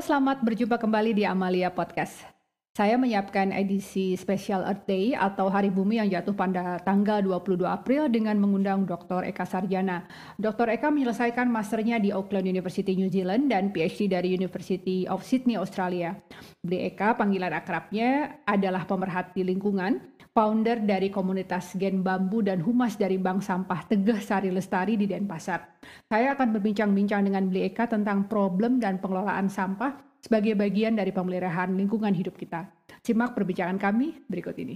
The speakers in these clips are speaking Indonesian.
selamat berjumpa kembali di Amalia Podcast. Saya menyiapkan edisi spesial Earth Day atau Hari Bumi yang jatuh pada tanggal 22 April dengan mengundang Dr. Eka Sarjana. Dr. Eka menyelesaikan masternya di Auckland University New Zealand dan PhD dari University of Sydney, Australia. Beli Eka, panggilan akrabnya adalah pemerhati lingkungan, founder dari komunitas Gen Bambu dan humas dari Bank Sampah Tegeh Sari Lestari di Denpasar. Saya akan berbincang-bincang dengan Beli Eka tentang problem dan pengelolaan sampah sebagai bagian dari pemeliharaan lingkungan hidup kita. Simak perbincangan kami berikut ini.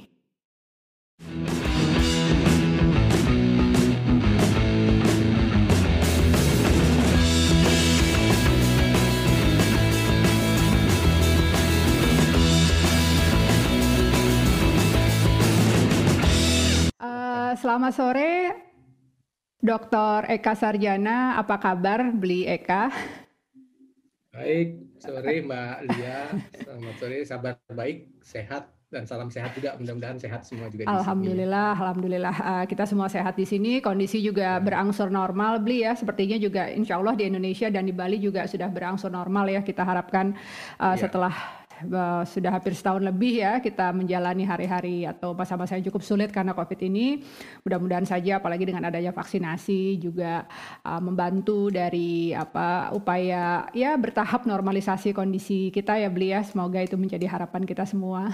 Selamat sore, Dr. Eka Sarjana. Apa kabar, Beli Eka? Baik, sore Mbak Lia. Selamat sore, kabar baik, sehat, dan salam sehat juga. Mudah-mudahan sehat semua juga di Alhamdulillah, sini. alhamdulillah. Kita semua sehat di sini. Kondisi juga berangsur normal, Beli ya. Sepertinya juga insya Allah di Indonesia dan di Bali juga sudah berangsur normal ya. Kita harapkan setelah sudah hampir setahun lebih ya kita menjalani hari-hari atau masa-masa yang cukup sulit karena COVID ini. Mudah-mudahan saja apalagi dengan adanya vaksinasi juga membantu dari upaya ya bertahap normalisasi kondisi kita ya Beli ya. Semoga itu menjadi harapan kita semua.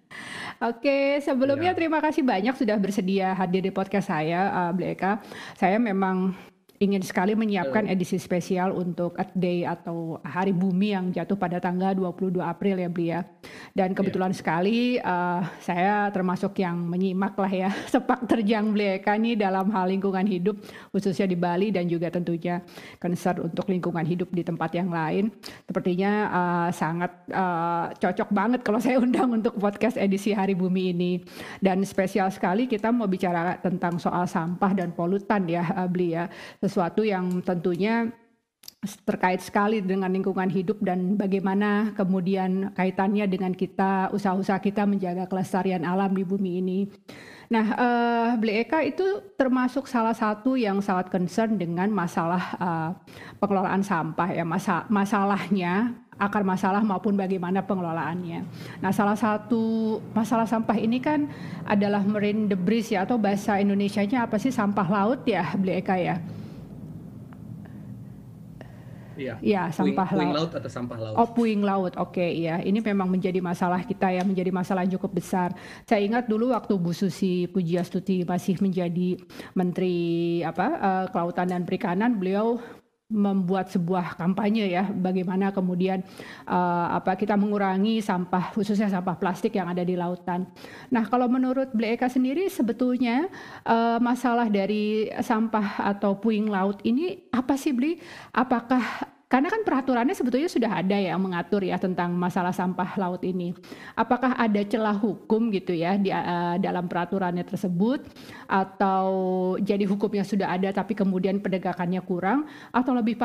Oke, sebelumnya terima kasih banyak sudah bersedia hadir di podcast saya, Beli Eka. Saya memang ingin sekali menyiapkan edisi spesial untuk Earth Day atau Hari Bumi yang jatuh pada tanggal 22 April ya Beli ya. Dan kebetulan sekali saya termasuk yang menyimak lah ya sepak terjang Beli Eka nih dalam hal lingkungan hidup khususnya di Bali dan juga tentunya concern untuk lingkungan hidup di tempat yang lain. Sepertinya sangat cocok banget kalau saya undang untuk podcast edisi Hari Bumi ini. Dan spesial sekali kita mau bicara tentang soal sampah dan polutan ya Beli ya. Sesuatu yang tentunya terkait sekali dengan lingkungan hidup dan bagaimana kemudian kaitannya dengan kita, usaha-usaha kita menjaga kelestarian alam di bumi ini. Nah, Beli Eka itu termasuk salah satu yang sangat concern dengan masalah pengelolaan sampah ya, masalahnya, akar masalah maupun bagaimana pengelolaannya. Nah, salah satu masalah sampah ini kan adalah marine debris ya, atau bahasa Indonesianya apa sih, sampah laut ya, Beli Eka ya? Iya, sampah puing laut atau sampah laut. Oh, puing laut. Oke, iya. Ini memang menjadi masalah kita ya, menjadi masalah yang cukup besar. Saya ingat dulu waktu Bu Susi Pujiastuti masih menjadi Menteri Kelautan dan Perikanan, beliau membuat sebuah kampanye ya, bagaimana kemudian kita mengurangi sampah, khususnya sampah plastik yang ada di lautan. Nah, kalau menurut Beli Eka sendiri sebetulnya masalah dari sampah atau puing laut ini apa sih, Beli? Karena kan peraturannya sebetulnya sudah ada yang mengatur ya tentang masalah sampah laut ini. Apakah ada celah hukum gitu ya di dalam peraturannya tersebut, atau jadi hukumnya sudah ada tapi kemudian penegakannya kurang, atau lebih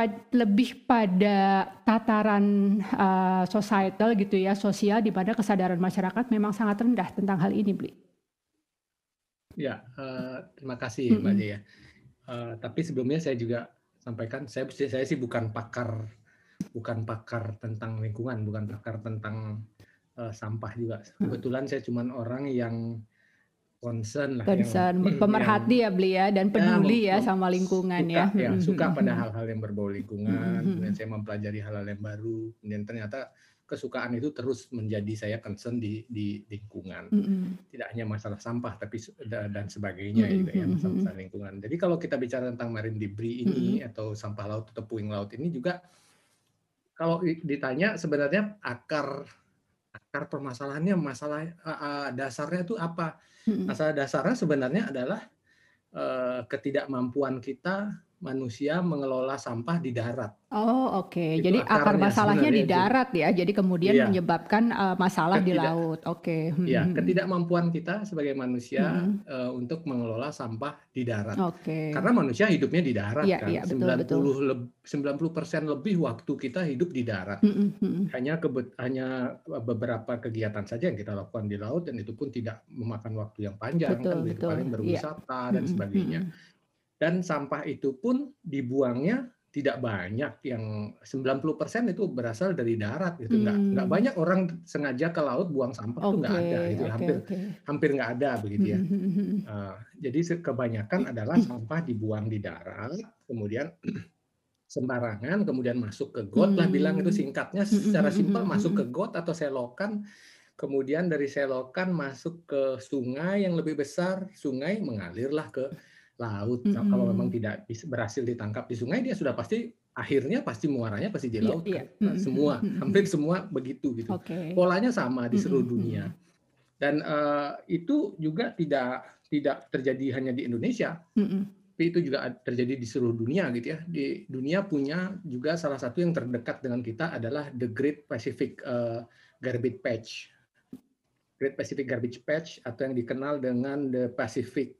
pada tataran societal gitu ya, sosial, di mana kesadaran masyarakat memang sangat rendah tentang hal ini, Bli? Ya, terima kasih Mbak Lia. Tapi sebelumnya saya juga sampaikan, saya sih bukan pakar tentang lingkungan, bukan pakar tentang sampah juga. Kebetulan saya cuma orang yang concern lah, pemerhati ya Beli ya, dan peduli ya sama lingkungan suka, suka pada hal-hal yang berbau lingkungan. Kemudian saya mempelajari hal-hal yang baru, kemudian ternyata kesukaan itu terus menjadi saya concern di lingkungan. Tidak hanya masalah sampah tapi dan sebagainya juga ya, masalah lingkungan. Jadi kalau kita bicara tentang marine debris ini atau sampah laut atau puing laut ini juga, kalau ditanya sebenarnya akar permasalahannya, masalah dasarnya itu apa? Masalah dasarnya sebenarnya adalah ketidakmampuan kita manusia mengelola sampah di darat. Oh, oke. Jadi akar masalahnya di darat ya. Jadi kemudian menyebabkan masalah di laut. Oke. Ya, ketidakmampuan kita sebagai manusia untuk mengelola sampah di darat. Karena manusia hidupnya di darat kan. Iya, 90% lebih waktu kita hidup di darat. Hanya beberapa kegiatan saja yang kita lakukan di laut, dan itu pun tidak memakan waktu yang panjang, paling berwisata dan sebagainya. Dan sampah itu pun dibuangnya tidak banyak yang 90% itu berasal dari darat gitu. Nggak banyak orang sengaja ke laut buang sampah, itu nggak ada gitu. Hampir nggak ada begitu ya. Jadi kebanyakan adalah sampah dibuang di darat, kemudian sembarangan, kemudian masuk ke got lah, bilang itu singkatnya secara simpel, masuk ke got atau selokan, kemudian dari selokan masuk ke sungai yang lebih besar, sungai mengalirlah ke laut. Kalau memang tidak berhasil ditangkap di sungai, dia sudah pasti akhirnya pasti muaranya pasti di laut kan. Semua, hampir semua begitu gitu. Polanya sama di seluruh dunia. Dan itu juga tidak terjadi hanya di Indonesia, tapi itu juga terjadi di seluruh dunia gitu ya. Di dunia punya juga salah satu yang terdekat dengan kita adalah the Great Pacific Garbage Patch. Great Pacific Garbage Patch atau yang dikenal dengan the Pacific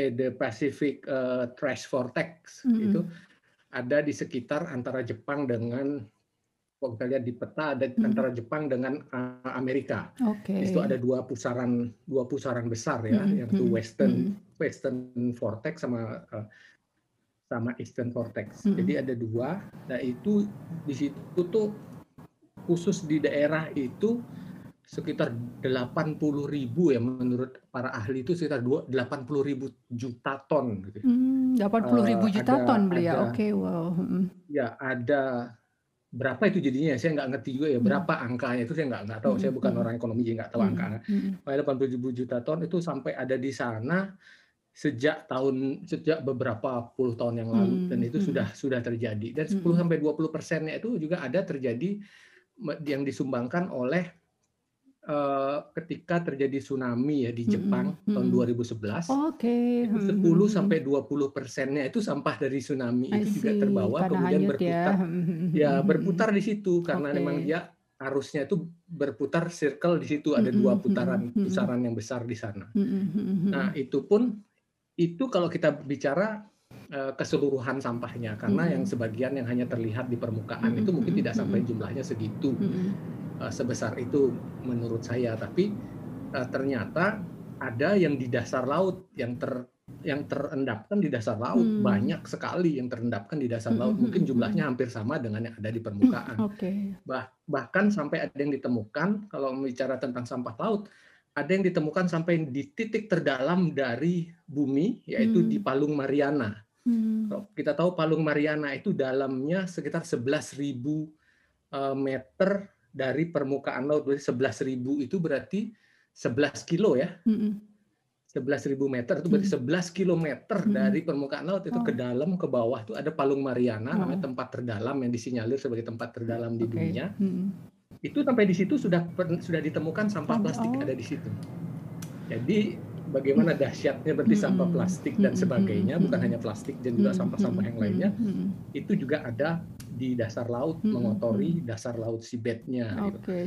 Trash Vortex. Itu ada di sekitar antara Jepang dengan, kalau kita lihat di peta, ada antara Jepang dengan Amerika. Di situ ada dua pusaran besar ya, yaitu Western Vortex sama Eastern Vortex. Jadi ada dua. Nah itu di situ tuh khusus di daerah itu sekitar 80.000 ya, menurut para ahli itu sekitar 80.000 juta ton. Gitu. 80.000 juta ton beli ya, oke, wow. Ya ada berapa itu jadinya? Saya nggak ngerti juga ya berapa angkanya itu, saya nggak tahu. Saya bukan orang ekonomi jadi nggak tahu angkanya. 80.000 juta ton itu sampai ada di sana sejak beberapa puluh tahun yang lalu, dan itu sudah terjadi. Dan 10-20% itu juga ada terjadi yang disumbangkan oleh ketika terjadi tsunami ya di Jepang tahun 2011. Itu 10-20% itu sampah dari tsunami itu juga terbawa kemudian berputar. Berputar di situ karena memang dia arusnya itu berputar circle di situ, ada dua pusaran yang besar di sana. Nah, itu kalau kita bicara keseluruhan sampahnya, karena yang sebagian yang hanya terlihat di permukaan itu mungkin tidak sampai jumlahnya segitu. Sebesar itu menurut saya, tapi ternyata ada yang di dasar laut yang terendapkan di dasar laut, banyak sekali yang terendapkan di dasar laut, mungkin jumlahnya hampir sama dengan yang ada di permukaan. Bahkan sampai ada yang ditemukan, kalau bicara tentang sampah laut, ada yang ditemukan sampai di titik terdalam dari bumi, yaitu di Palung Mariana. Kita tahu Palung Mariana itu dalamnya sekitar 11.000 meter dari permukaan laut. Berarti 11.000 itu berarti 11 kilo ya. 11.000 meter itu berarti 11 kilometer dari permukaan laut itu ke dalam, ke bawah itu ada Palung Mariana, namanya tempat terdalam yang disinyalir sebagai tempat terdalam di dunia. Itu sampai di situ sudah ditemukan sampah plastik ada di situ. Jadi bagaimana dahsyatnya berarti sampah plastik dan sebagainya, bukan hanya plastik dan juga sampah-sampah yang lainnya, itu juga ada di dasar laut, mengotori dasar laut seabednya.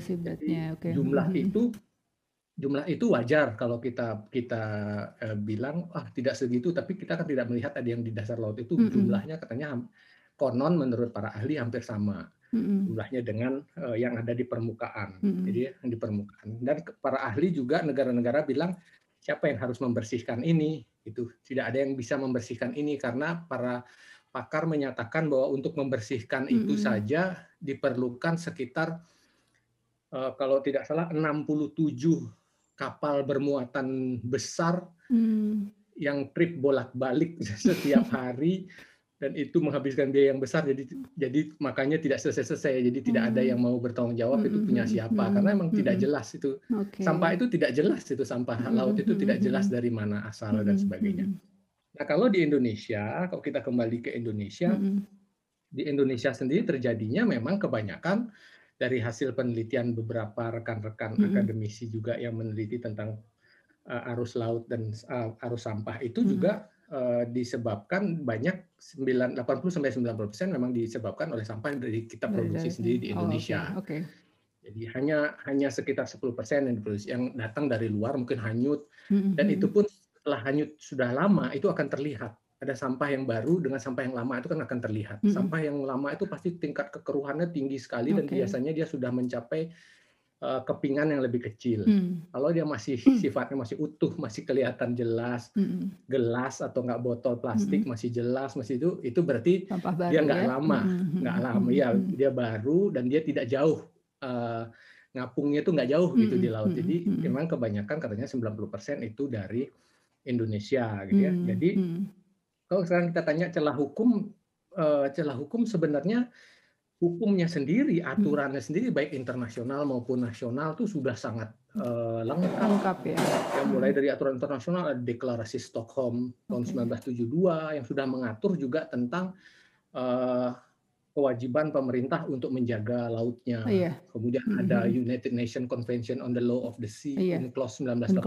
Jumlah itu wajar kalau kita bilang tidak segitu, tapi kita kan tidak melihat ada yang di dasar laut itu jumlahnya katanya konon menurut para ahli hampir sama jumlahnya dengan yang ada di permukaan. Jadi yang di permukaan. Dan para ahli juga negara-negara bilang siapa yang harus membersihkan ini? Itu tidak ada yang bisa membersihkan ini karena para pakar menyatakan bahwa untuk membersihkan itu saja diperlukan sekitar kalau tidak salah 67 kapal bermuatan besar yang trip bolak-balik setiap hari, dan itu menghabiskan biaya yang besar, jadi makanya tidak selesai-selesai. Jadi tidak ada yang mau bertanggung jawab itu punya siapa, karena memang tidak jelas itu. Sampah itu tidak jelas, itu sampah laut itu tidak jelas dari mana asal dan sebagainya. Nah, kalau di Indonesia, kalau kita kembali ke Indonesia, di Indonesia sendiri terjadinya memang kebanyakan dari hasil penelitian beberapa rekan-rekan akademisi juga yang meneliti tentang arus laut dan arus sampah itu juga disebabkan banyak 80-90% memang disebabkan oleh sampah yang kita produksi sendiri di Indonesia. Jadi hanya sekitar 10% yang datang dari luar, mungkin hanyut, dan itu pun setelah hanyut sudah lama itu akan terlihat. Ada sampah yang baru dengan sampah yang lama itu kan akan terlihat. Sampah yang lama itu pasti tingkat kekeruhannya tinggi sekali dan biasanya dia sudah mencapai kepingan yang lebih kecil. Kalau dia masih sifatnya masih utuh, masih kelihatan jelas, gelas atau nggak botol plastik masih jelas, masih itu berarti sampah baru dia nggak ya. lama, ya dia baru dan dia tidak jauh, ngapungnya itu nggak jauh gitu di laut. Jadi memang kebanyakan katanya 90% itu dari Indonesia gitu ya. Jadi kalau sekarang kita tanya celah hukum sebenarnya hukumnya sendiri, aturannya sendiri baik internasional maupun nasional itu sudah sangat lengkap ya. Ya, mulai dari aturan internasional ada Deklarasi Stockholm tahun 1972 yang sudah mengatur juga tentang kewajiban pemerintah untuk menjaga lautnya. Kemudian ada United Nations Convention on the Law of the Sea, UNCLOS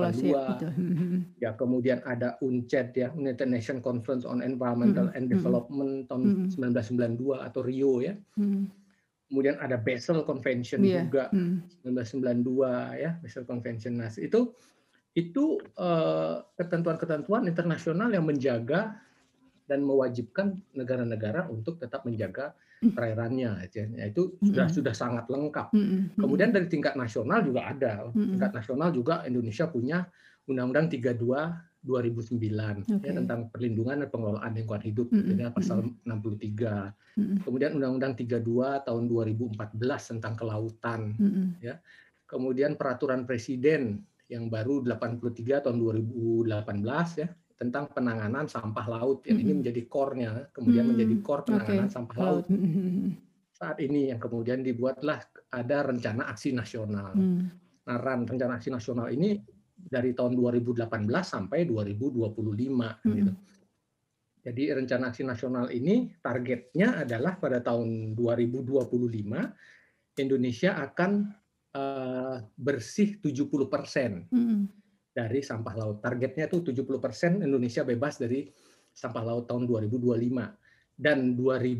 1982. Ya, kemudian ada UNCED ya, United Nations Conference on Environmental and Development tahun 1992 atau Rio ya. Kemudian ada Basel Convention juga 1992 ya, Basel Convention. Nah, itu ketentuan-ketentuan internasional yang menjaga dan mewajibkan negara-negara untuk tetap menjaga perairannya. Itu sudah sangat lengkap. Kemudian dari tingkat nasional juga ada. Tingkat nasional juga Indonesia punya Undang-Undang 32 2009 ya, tentang perlindungan dan pengelolaan lingkungan hidup, pasal 63. Kemudian Undang-Undang 32 tahun 2014 tentang kelautan. Ya. Kemudian Peraturan Presiden yang baru 83 tahun 2018 ya, tentang penanganan sampah laut. Yang ini menjadi core-nya, kemudian menjadi core penanganan sampah laut. Saat ini yang kemudian dibuatlah ada rencana aksi nasional. Nah, rencana aksi nasional ini dari tahun 2018 sampai 2025 gitu. Jadi rencana aksi nasional ini targetnya adalah pada tahun 2025 Indonesia akan bersih 70% dari sampah laut. Targetnya itu 70% Indonesia bebas dari sampah laut tahun 2025. Dan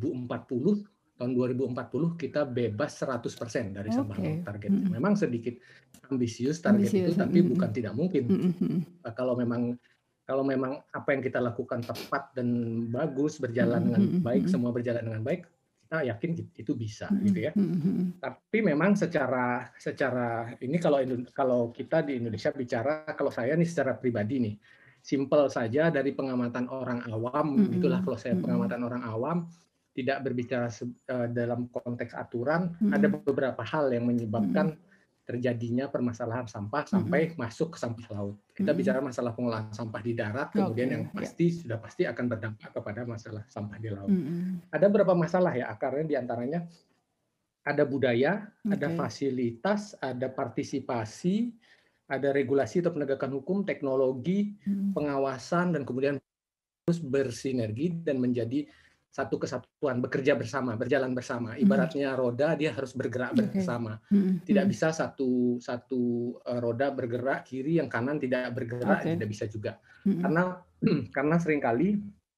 tahun 2040 kita bebas 100% dari sampah laut targetnya. Memang sedikit ambisius target itu, tapi bukan tidak mungkin. Kalau memang apa yang kita lakukan tepat dan bagus, berjalan dengan baik, semua berjalan dengan baik, kita yakin itu bisa gitu ya. Tapi memang secara ini kalau kita di Indonesia bicara, kalau saya nih secara pribadi nih, simpel saja dari pengamatan orang awam, itulah kalau saya pengamatan orang awam, tidak berbicara dalam konteks aturan, ada beberapa hal yang menyebabkan terjadinya permasalahan sampah sampai masuk ke sampah laut. Kita bicara masalah pengolahan sampah di darat, kemudian yang sudah pasti akan berdampak kepada masalah sampah di laut. Ada beberapa masalah ya, akarnya diantaranya ada budaya, ada fasilitas, ada partisipasi, ada regulasi atau penegakan hukum, teknologi, pengawasan, dan kemudian terus bersinergi dan menjadi satu kesatuan, bekerja bersama, berjalan bersama. Ibaratnya roda, dia harus bergerak bersama. Tidak bisa satu roda bergerak kiri, yang kanan tidak bergerak, tidak bisa juga. Karena seringkali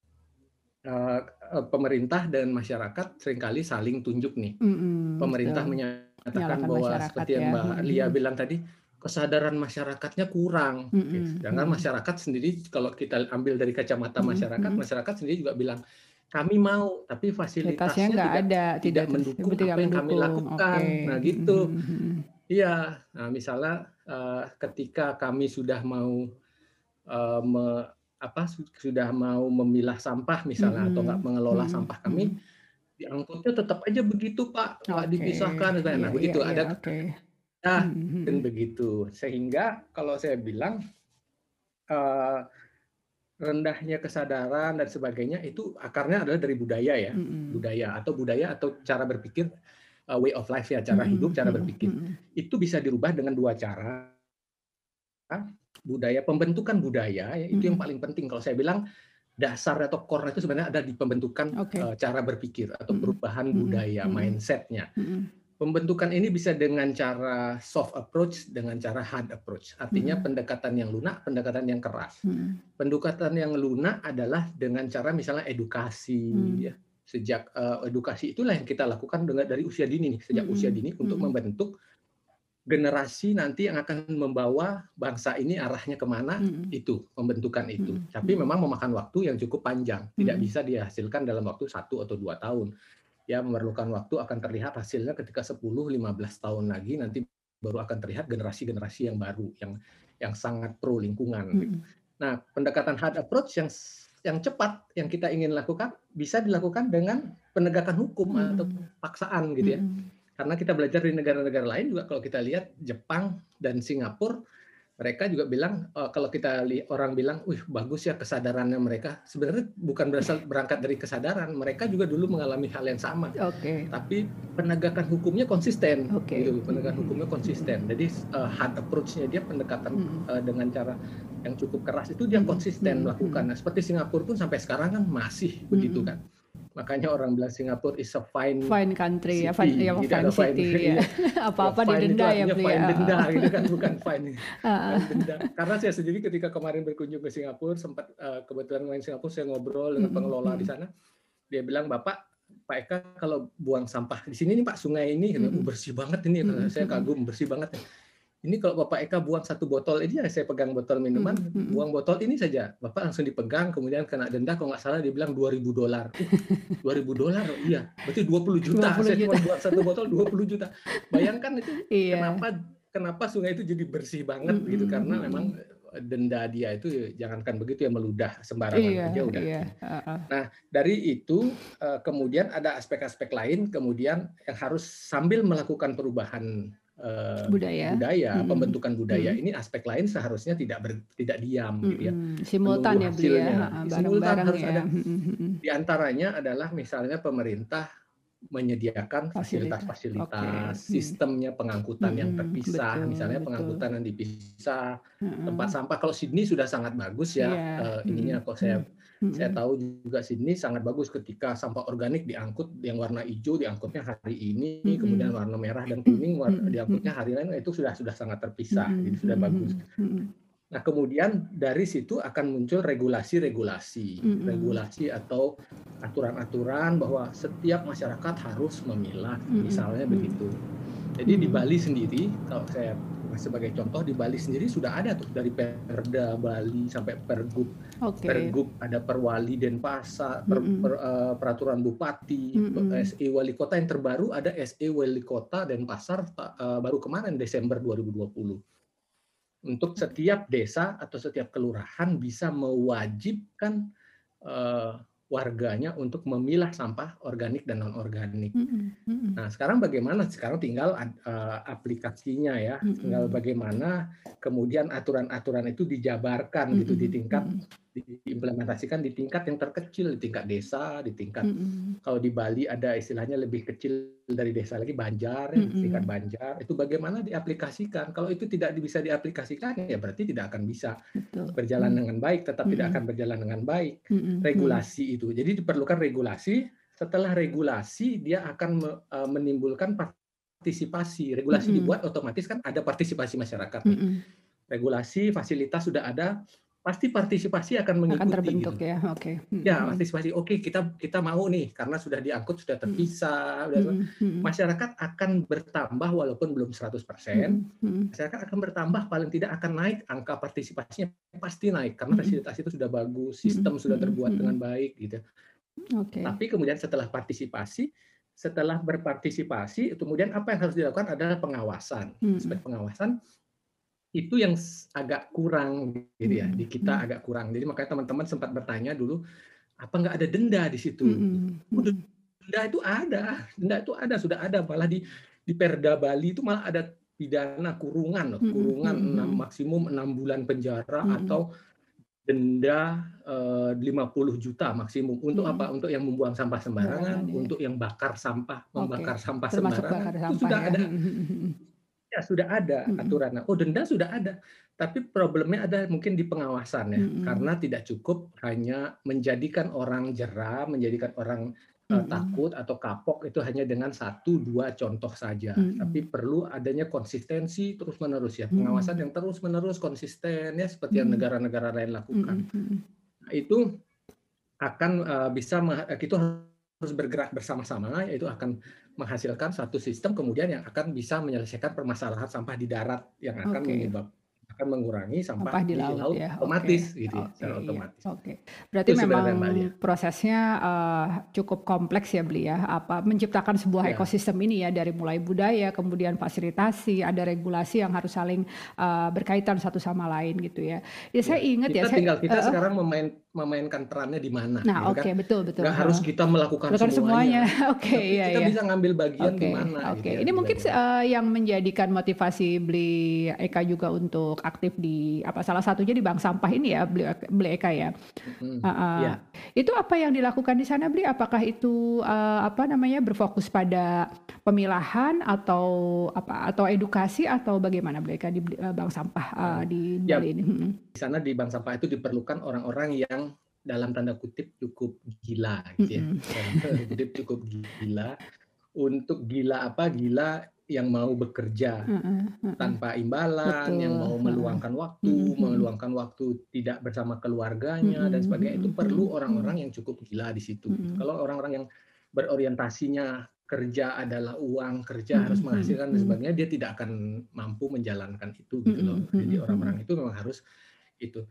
pemerintah dan masyarakat seringkali saling tunjuk nih. Pemerintah menyatakan bahwa seperti yang Mbak Lia bilang tadi, kesadaran masyarakatnya kurang. Sedangkan masyarakat sendiri, kalau kita ambil dari kacamata masyarakat sendiri juga bilang, kami mau, tapi fasilitasnya tidak mendukung apa yang kami lakukan. Nah gitu. Iya. Nah, misalnya ketika kami sudah mau memilah sampah misalnya, atau nggak mengelola sampah kami, diangkutnya tetap aja begitu Pak, nggak dipisahkan. Nah begitu ada. Dan begitu. Sehingga kalau saya bilang rendahnya kesadaran dan sebagainya itu akarnya adalah dari budaya ya, budaya atau cara berpikir, way of life ya, cara hidup, cara berpikir. Itu bisa dirubah dengan dua cara. Pembentukan budaya ya, itu yang paling penting. Kalau saya bilang dasar atau core itu sebenarnya ada di pembentukan cara berpikir atau perubahan budaya, mindset-nya. Pembentukan ini bisa dengan cara soft approach, dengan cara hard approach. Artinya pendekatan yang lunak, pendekatan yang keras. Pendekatan yang lunak adalah dengan cara misalnya edukasi. Ya. Sejak edukasi itulah yang kita lakukan dari usia dini nih, sejak usia dini untuk membentuk generasi nanti yang akan membawa bangsa ini arahnya kemana, itu pembentukan itu. Tapi memang memakan waktu yang cukup panjang, tidak bisa dihasilkan dalam waktu 1 atau 2 tahun. Ya, memerlukan waktu, akan terlihat hasilnya ketika 10-15 tahun lagi nanti baru akan terlihat generasi-generasi yang baru yang sangat pro lingkungan. Gitu. Nah, pendekatan hard approach yang cepat yang kita ingin lakukan bisa dilakukan dengan penegakan hukum atau paksaan gitu ya. Karena kita belajar di negara-negara lain juga, kalau kita lihat Jepang dan Singapura, mereka juga bilang, kalau kita orang bilang, wih bagus ya kesadarannya mereka. Sebenarnya bukan berangkat dari kesadaran, mereka juga dulu mengalami hal yang sama. Tapi penegakan hukumnya konsisten, gitu. Penegakan hukumnya konsisten. Jadi hard approach-nya dia pendekatan dengan cara yang cukup keras itu dia konsisten melakukan. Nah, seperti Singapura pun sampai sekarang kan masih begitu kan. Makanya orang bilang Singapura is a fine country, city. fine city. Apa-apa didenda ya, fine denda gitu kan, bukan fine denda. Karena saya sendiri ketika kemarin berkunjung ke Singapura, sempat kebetulan main Singapura, saya ngobrol dengan pengelola di sana. Dia bilang, Pak Eka kalau buang sampah di sini nih Pak, sungai ini bersih banget ini. Saya kagum, bersih banget. Ini kalau Bapak Eka buang satu botol ini, saya pegang botol minuman, buang botol ini saja, Bapak langsung dipegang, kemudian kena denda, kalau nggak salah dia bilang $2.000. $2.000, iya, berarti 20 juta. Saya cuma buang satu botol 20 juta. Bayangkan itu kenapa sungai itu jadi bersih banget gitu, karena memang denda dia itu jangankan begitu ya, meludah sembarangan aja udah. Nah, dari itu kemudian ada aspek-aspek lain kemudian yang harus sambil melakukan perubahan budaya, pembentukan budaya ini aspek lain seharusnya tidak diam gitu ya. Simultan ya beliau ya, simultan harus ada. Di antaranya adalah misalnya pemerintah menyediakan fasilitas-fasilitas, sistemnya pengangkutan yang terpisah, misalnya pengangkutan yang dipisah, tempat sampah. Kalau Sydney sudah sangat bagus ya, ininya kok saya tahu juga Sydney sangat bagus ketika sampah organik diangkut, yang warna hijau diangkutnya hari ini, kemudian warna merah dan kuning diangkutnya hari lain, itu sudah sangat terpisah, jadi sudah bagus. Nah, kemudian dari situ akan muncul regulasi atau aturan-aturan bahwa setiap masyarakat harus memilah, misalnya begitu. Jadi di Bali sendiri, kalau saya sebagai contoh, di Bali sendiri sudah ada tuh dari Perda Bali sampai Pergub, ada Perwali Denpasar, peraturan Bupati, SE Wali Kota yang terbaru ada SE Wali Kota Denpasar baru kemarin Desember 2020. Untuk setiap desa atau setiap kelurahan bisa mewajibkan warganya untuk memilah sampah organik dan non-organik. Nah, sekarang bagaimana? Sekarang tinggal aplikasinya ya, tinggal bagaimana kemudian aturan-aturan itu dijabarkan gitu di tingkat, diimplementasikan di tingkat yang terkecil, di tingkat desa, di tingkat kalau di Bali ada istilahnya lebih kecil dari desa lagi, Banjar, tingkat Banjar, itu bagaimana diaplikasikan. Kalau itu tidak bisa diaplikasikan, ya berarti tidak akan bisa berjalan dengan baik, tetap tidak akan berjalan dengan baik. Regulasi itu. Jadi diperlukan regulasi, setelah regulasi dia akan menimbulkan partisipasi. Regulasi dibuat otomatis kan ada partisipasi masyarakat. Regulasi, fasilitas sudah ada, pasti partisipasi akan mengikuti. Akan terbentuk gitu. Ya, Ya, partisipasi. Oke, kita mau nih karena sudah diangkut, sudah terpisah. Masyarakat akan bertambah walaupun belum 100%. Masyarakat akan bertambah, paling tidak akan naik, angka partisipasinya pasti naik karena fasilitas itu sudah bagus, sistem sudah terbuat dengan baik gitu. Tapi kemudian setelah berpartisipasi, kemudian apa yang harus dilakukan adalah pengawasan. Aspek pengawasan itu yang agak kurang gitu ya, di kita agak kurang. Jadi makanya teman-teman sempat bertanya dulu, apa nggak ada denda di situ? Denda itu ada, sudah ada. Malah di Perda Bali itu malah ada pidana kurungan maksimum 6 bulan penjara atau denda 50 juta maksimum. Untuk apa? Untuk yang membuang sampah sembarangan, untuk yang bakar sampah, membakar sampah sembarangan, itu sudah ada. Ya, sudah ada aturan. Oh, denda sudah ada. Tapi problemnya ada mungkin di pengawasan ya. Karena tidak cukup hanya menjadikan orang jera, menjadikan orang takut atau kapok itu hanya dengan 1-2 contoh saja. Tapi perlu adanya konsistensi terus-menerus ya. Pengawasan yang terus-menerus konsisten ya, seperti yang negara-negara lain lakukan. Nah, itu akan itu harus bergerak bersama-sama, yaitu akan menghasilkan satu sistem kemudian yang akan bisa menyelesaikan permasalahan sampah di darat yang akan akan mengurangi sampah Sampah di di laut laut ya, otomatis oke, gitu ya, oke, secara iya, otomatis. oke. Itu Berarti memang sebenarnya Mbak Lia. prosesnya, cukup kompleks ya Beli ya, menciptakan sebuah Ya, ekosistem ini ya, dari mulai budaya, kemudian fasilitasi, ada regulasi yang harus saling, berkaitan satu sama lain gitu ya. Ya saya ya. ingat ya, Kita sekarang memainkan perannya di mana nah gitu oke, kan. betul betul, Nggak harus kita melakukan lakukan semuanya, semuanya, oke, tapi iya kita iya. bisa ngambil bagian di Oke, mana oke. gitu ya Ini di mungkin bagian. yang menjadikan motivasi Beli Eka juga untuk aktif di salah satunya di bank sampah ini ya, Beli Eka ya. Heeh. Iya. Itu apa yang dilakukan di sana, Bli? Apakah itu berfokus pada pemilahan atau atau edukasi atau bagaimana, Bli Eka di bank sampah di Ya, Bali ini? di sana di bank sampah itu diperlukan orang-orang yang dalam tanda kutip cukup gila gitu ya. Dalam tanda kutip cukup gila. Untuk gila apa? Gila yang mau bekerja tanpa imbalan, yang Betul. mau meluangkan waktu tidak bersama keluarganya dan sebagainya. Itu perlu orang-orang yang cukup gila di situ. Kalau orang-orang yang berorientasinya kerja adalah uang, kerja harus menghasilkan dan sebagainya, dia tidak akan mampu menjalankan itu gitu loh. Jadi orang-orang itu memang harus itu.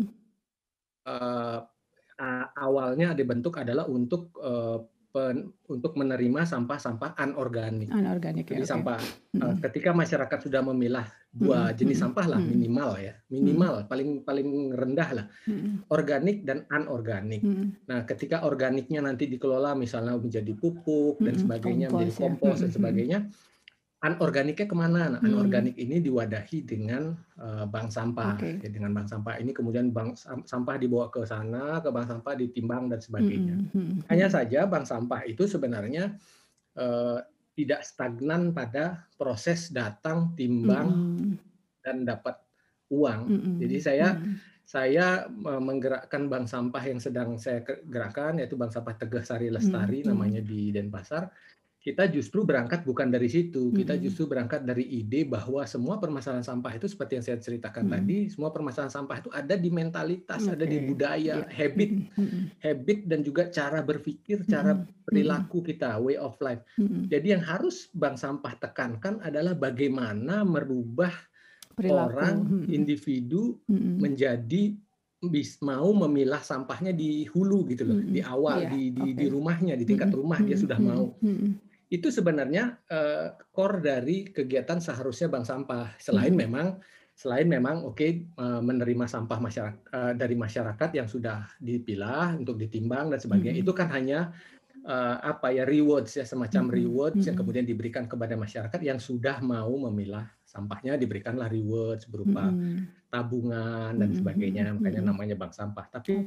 Awalnya dibentuk adalah untuk menerima sampah-sampah anorganik. Anorganik Jadi ya, oke. sampah ketika masyarakat sudah memilah dua jenis sampah lah minimal paling rendah lah, organik dan anorganik. Nah, ketika organiknya nanti dikelola misalnya menjadi pupuk dan sebagainya, menjadi kompos dan sebagainya, anorganiknya kemana? Nah, anorganik ini diwadahi dengan bank sampah. Ya, dengan bank sampah ini kemudian bank sampah dibawa ke sana, ke bank sampah ditimbang dan sebagainya. Hanya saja bank sampah itu sebenarnya tidak stagnan pada proses datang, timbang, dan dapat uang. Jadi saya menggerakkan bank sampah yang sedang saya gerakkan, yaitu Bank Sampah Tegeh Sari Lestari namanya di Denpasar. Kita justru berangkat bukan dari situ, kita justru berangkat dari ide bahwa semua permasalahan sampah itu seperti yang saya ceritakan tadi, semua permasalahan sampah itu ada di mentalitas, ada di budaya, habit dan juga cara berpikir, cara perilaku kita, way of life. Jadi yang harus bank sampah tekankan adalah bagaimana merubah orang, individu menjadi mau memilah sampahnya di hulu gitu loh, di awal, di rumahnya, di tingkat rumah dia sudah mau. Itu sebenarnya core dari kegiatan seharusnya bank sampah. Selain memang menerima sampah dari masyarakat yang sudah dipilah untuk ditimbang dan sebagainya, itu kan hanya rewards ya, semacam rewards yang kemudian diberikan kepada masyarakat yang sudah mau memilah sampahnya, diberikanlah rewards berupa tabungan dan sebagainya, makanya namanya bank sampah. Tapi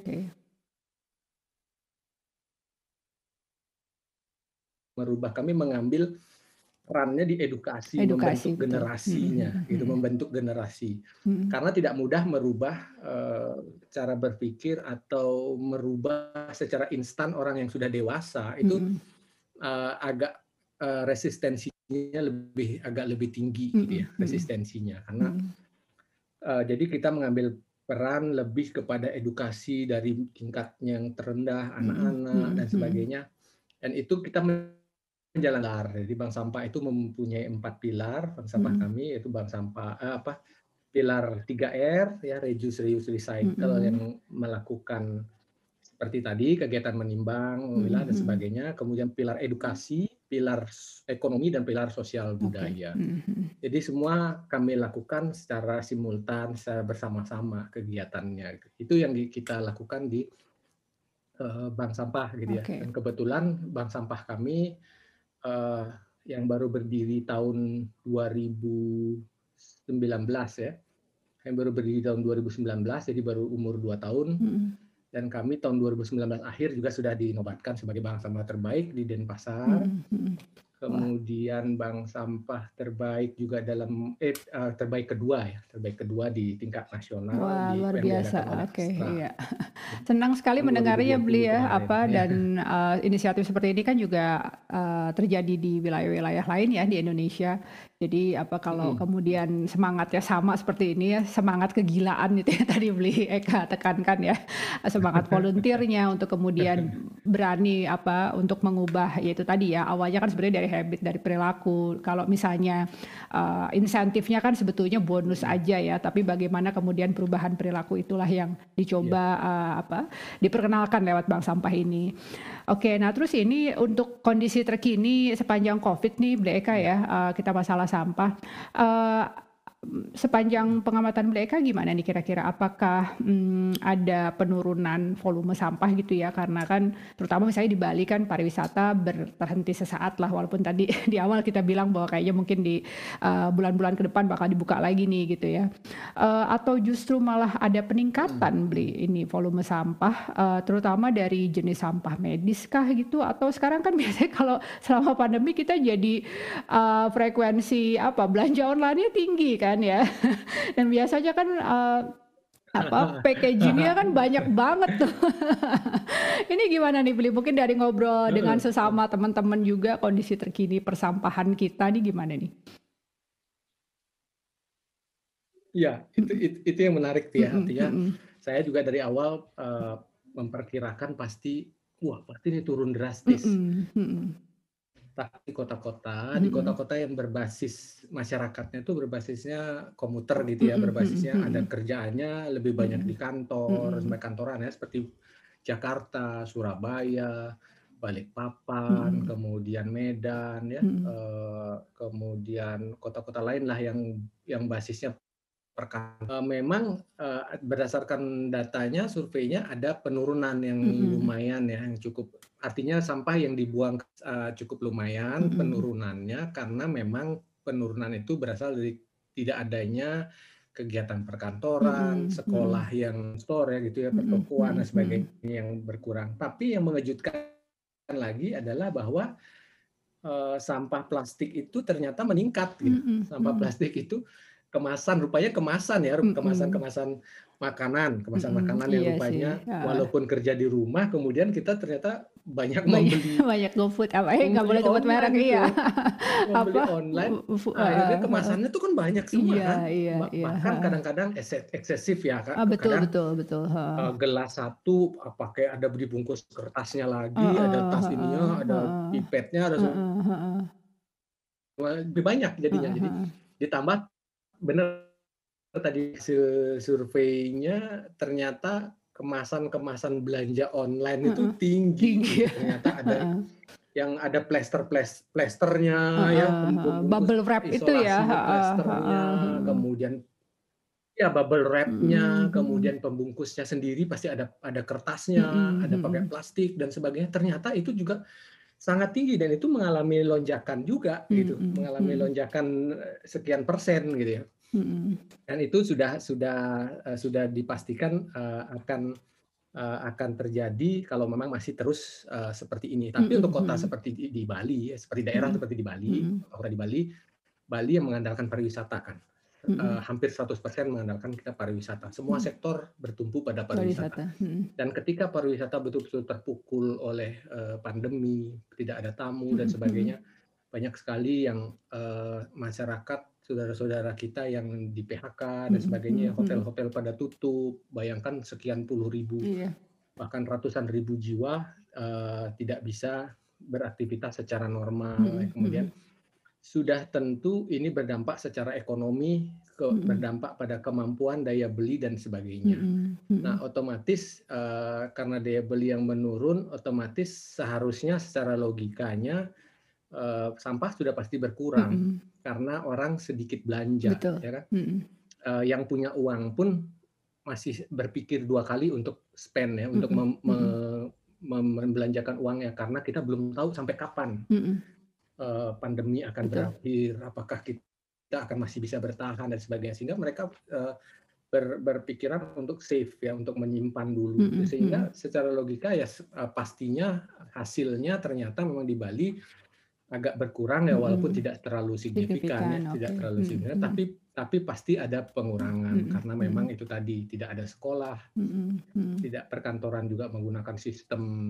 kami mengambil perannya di edukasi, membentuk generasinya, gitu, membentuk generasi. Karena tidak mudah merubah cara berpikir atau merubah secara instan orang yang sudah dewasa, itu agak resistensinya agak lebih tinggi gitu ya, resistensinya. Karena jadi kita mengambil peran lebih kepada edukasi dari tingkat yang terendah, anak-anak dan sebagainya. Dan itu kita menjalankan. Jadi bank sampah itu mempunyai 4 pilar bank sampah kami, yaitu bank sampah pilar 3R ya, reduce, reuse, recycle, yang melakukan seperti tadi kegiatan menimbang, memilah dan sebagainya. Kemudian pilar edukasi, pilar ekonomi dan pilar sosial budaya. Jadi semua kami lakukan secara simultan, secara bersama-sama kegiatannya. Itu yang kita lakukan di bank sampah gitu ya. Dan kebetulan bank sampah kami yang baru berdiri tahun 2019 ya, yang baru berdiri tahun 2019, jadi baru umur 2 tahun. Dan kami tahun 2019 akhir juga sudah dinobatkan sebagai bank sampah terbaik di Denpasar. Kemudian bank sampah terbaik juga terbaik kedua di tingkat nasional. Wah, luar biasa. Oke, iya. Senang sekali mendengarnya Beli ya, dan inisiatif seperti ini kan juga terjadi di wilayah-wilayah lain ya di Indonesia. Jadi kalau kemudian semangatnya sama seperti ini ya, semangat kegilaan itu yang tadi Eka tekankan ya, semangat volunteer-nya untuk kemudian berani untuk mengubah, yaitu tadi ya, awalnya kan sebenarnya dari habit, dari perilaku. Kalau misalnya insentifnya kan sebetulnya bonus aja ya, tapi bagaimana kemudian perubahan perilaku itulah yang dicoba diperkenalkan lewat bank sampah ini. Oke, nah terus ini untuk kondisi terkini sepanjang COVID nih, Ble Eka ya, kita masalah sampah. Sepanjang pengamatan Ble Eka gimana nih kira-kira? Apakah ada penurunan volume sampah gitu ya? Karena kan terutama misalnya di Bali kan pariwisata berhenti sesaat lah, walaupun tadi di awal kita bilang bahwa kayaknya mungkin di bulan-bulan ke depan bakal dibuka lagi nih gitu ya. Atau justru malah ada peningkatan ini volume sampah, terutama dari jenis sampah medis kah gitu? Atau sekarang kan biasanya kalau selama pandemi kita jadi frekuensi belanja online-nya tinggi kan ya, dan biasanya kan packaging-nya kan banyak banget tuh. Ini gimana nih Bli? Mungkin dari ngobrol dengan sesama teman-teman juga, kondisi terkini persampahan kita nih gimana nih? Ya, itu yang menarik tuh ya. Artinya saya juga dari awal memperkirakan pasti ini turun drastis. Tapi di kota-kota yang berbasis masyarakatnya itu berbasisnya komuter gitu ya, berbasisnya ada kerjaannya lebih banyak di kantor, kantoran ya, seperti Jakarta, Surabaya, Balikpapan, kemudian Medan ya, kemudian kota-kota lain lah yang basisnya memang berdasarkan datanya, surveinya ada penurunan yang lumayan ya, yang cukup, artinya sampah yang dibuang cukup lumayan penurunannya, karena memang penurunan itu berasal dari tidak adanya kegiatan perkantoran, sekolah yang store ya gitu ya, pertokoan dan sebagainya yang berkurang. Tapi yang mengejutkan lagi adalah bahwa sampah plastik itu ternyata meningkat gitu. Sampah plastik itu rupanya kemasan ya, kemasan makanan yang rupanya walaupun kerja di rumah, kemudian kita ternyata banyak membeli banyak GoFood nggak boleh sebut merek gitu. Iya, membeli online, akhirnya kemasannya tuh kan banyak semua kan, bahkan kadang-kadang eksesif ya Kak. Betul. Gelas satu pakai ada dibungkus kertasnya lagi, ada tas ininya, ada pipetnya, ada lebih banyak jadinya. Jadi ditambah benar tadi surveinya, ternyata kemasan belanja online itu tinggi. Ternyata ada yang ada plasternya ya, bubble wrap itu ya, plasternya, kemudian ya bubble wrap-nya, kemudian pembungkusnya sendiri pasti ada kertasnya, ada pakai plastik dan sebagainya. Ternyata itu juga sangat tinggi dan itu mengalami lonjakan juga gitu, mengalami lonjakan sekian persen gitu ya. Dan itu sudah dipastikan akan terjadi kalau memang masih terus seperti ini. Tapi untuk kota seperti di Bali, seperti daerah seperti di Bali, kota di Bali yang mengandalkan pariwisata kan. Hampir 100% mengandalkan kita pariwisata. Semua sektor bertumpu pada pariwisata. Dan ketika pariwisata betul-betul terpukul oleh pandemi, tidak ada tamu dan sebagainya, banyak sekali yang masyarakat, saudara-saudara kita yang di PHK dan sebagainya, hotel-hotel pada tutup. Bayangkan sekian puluh ribu, bahkan ratusan ribu jiwa tidak bisa beraktivitas secara normal. Kemudian sudah tentu ini berdampak secara ekonomi, berdampak pada kemampuan daya beli dan sebagainya. Nah, otomatis karena daya beli yang menurun, otomatis seharusnya secara logikanya sampah sudah pasti berkurang karena orang sedikit belanja. Betul. Ya kan? Yang punya uang pun masih berpikir dua kali untuk spend ya, untuk membelanjakan uangnya, karena kita belum tahu sampai kapan pandemi akan berakhir, apakah kita akan masih bisa bertahan dan sebagainya, sehingga mereka berpikiran untuk save ya, untuk menyimpan dulu. Sehingga secara logika ya pastinya hasilnya ternyata memang di Bali agak berkurang ya, walaupun tidak terlalu signifikan ya, tidak terlalu signifikan, tapi pasti ada pengurangan karena memang itu tadi tidak ada sekolah, tidak, perkantoran juga menggunakan sistem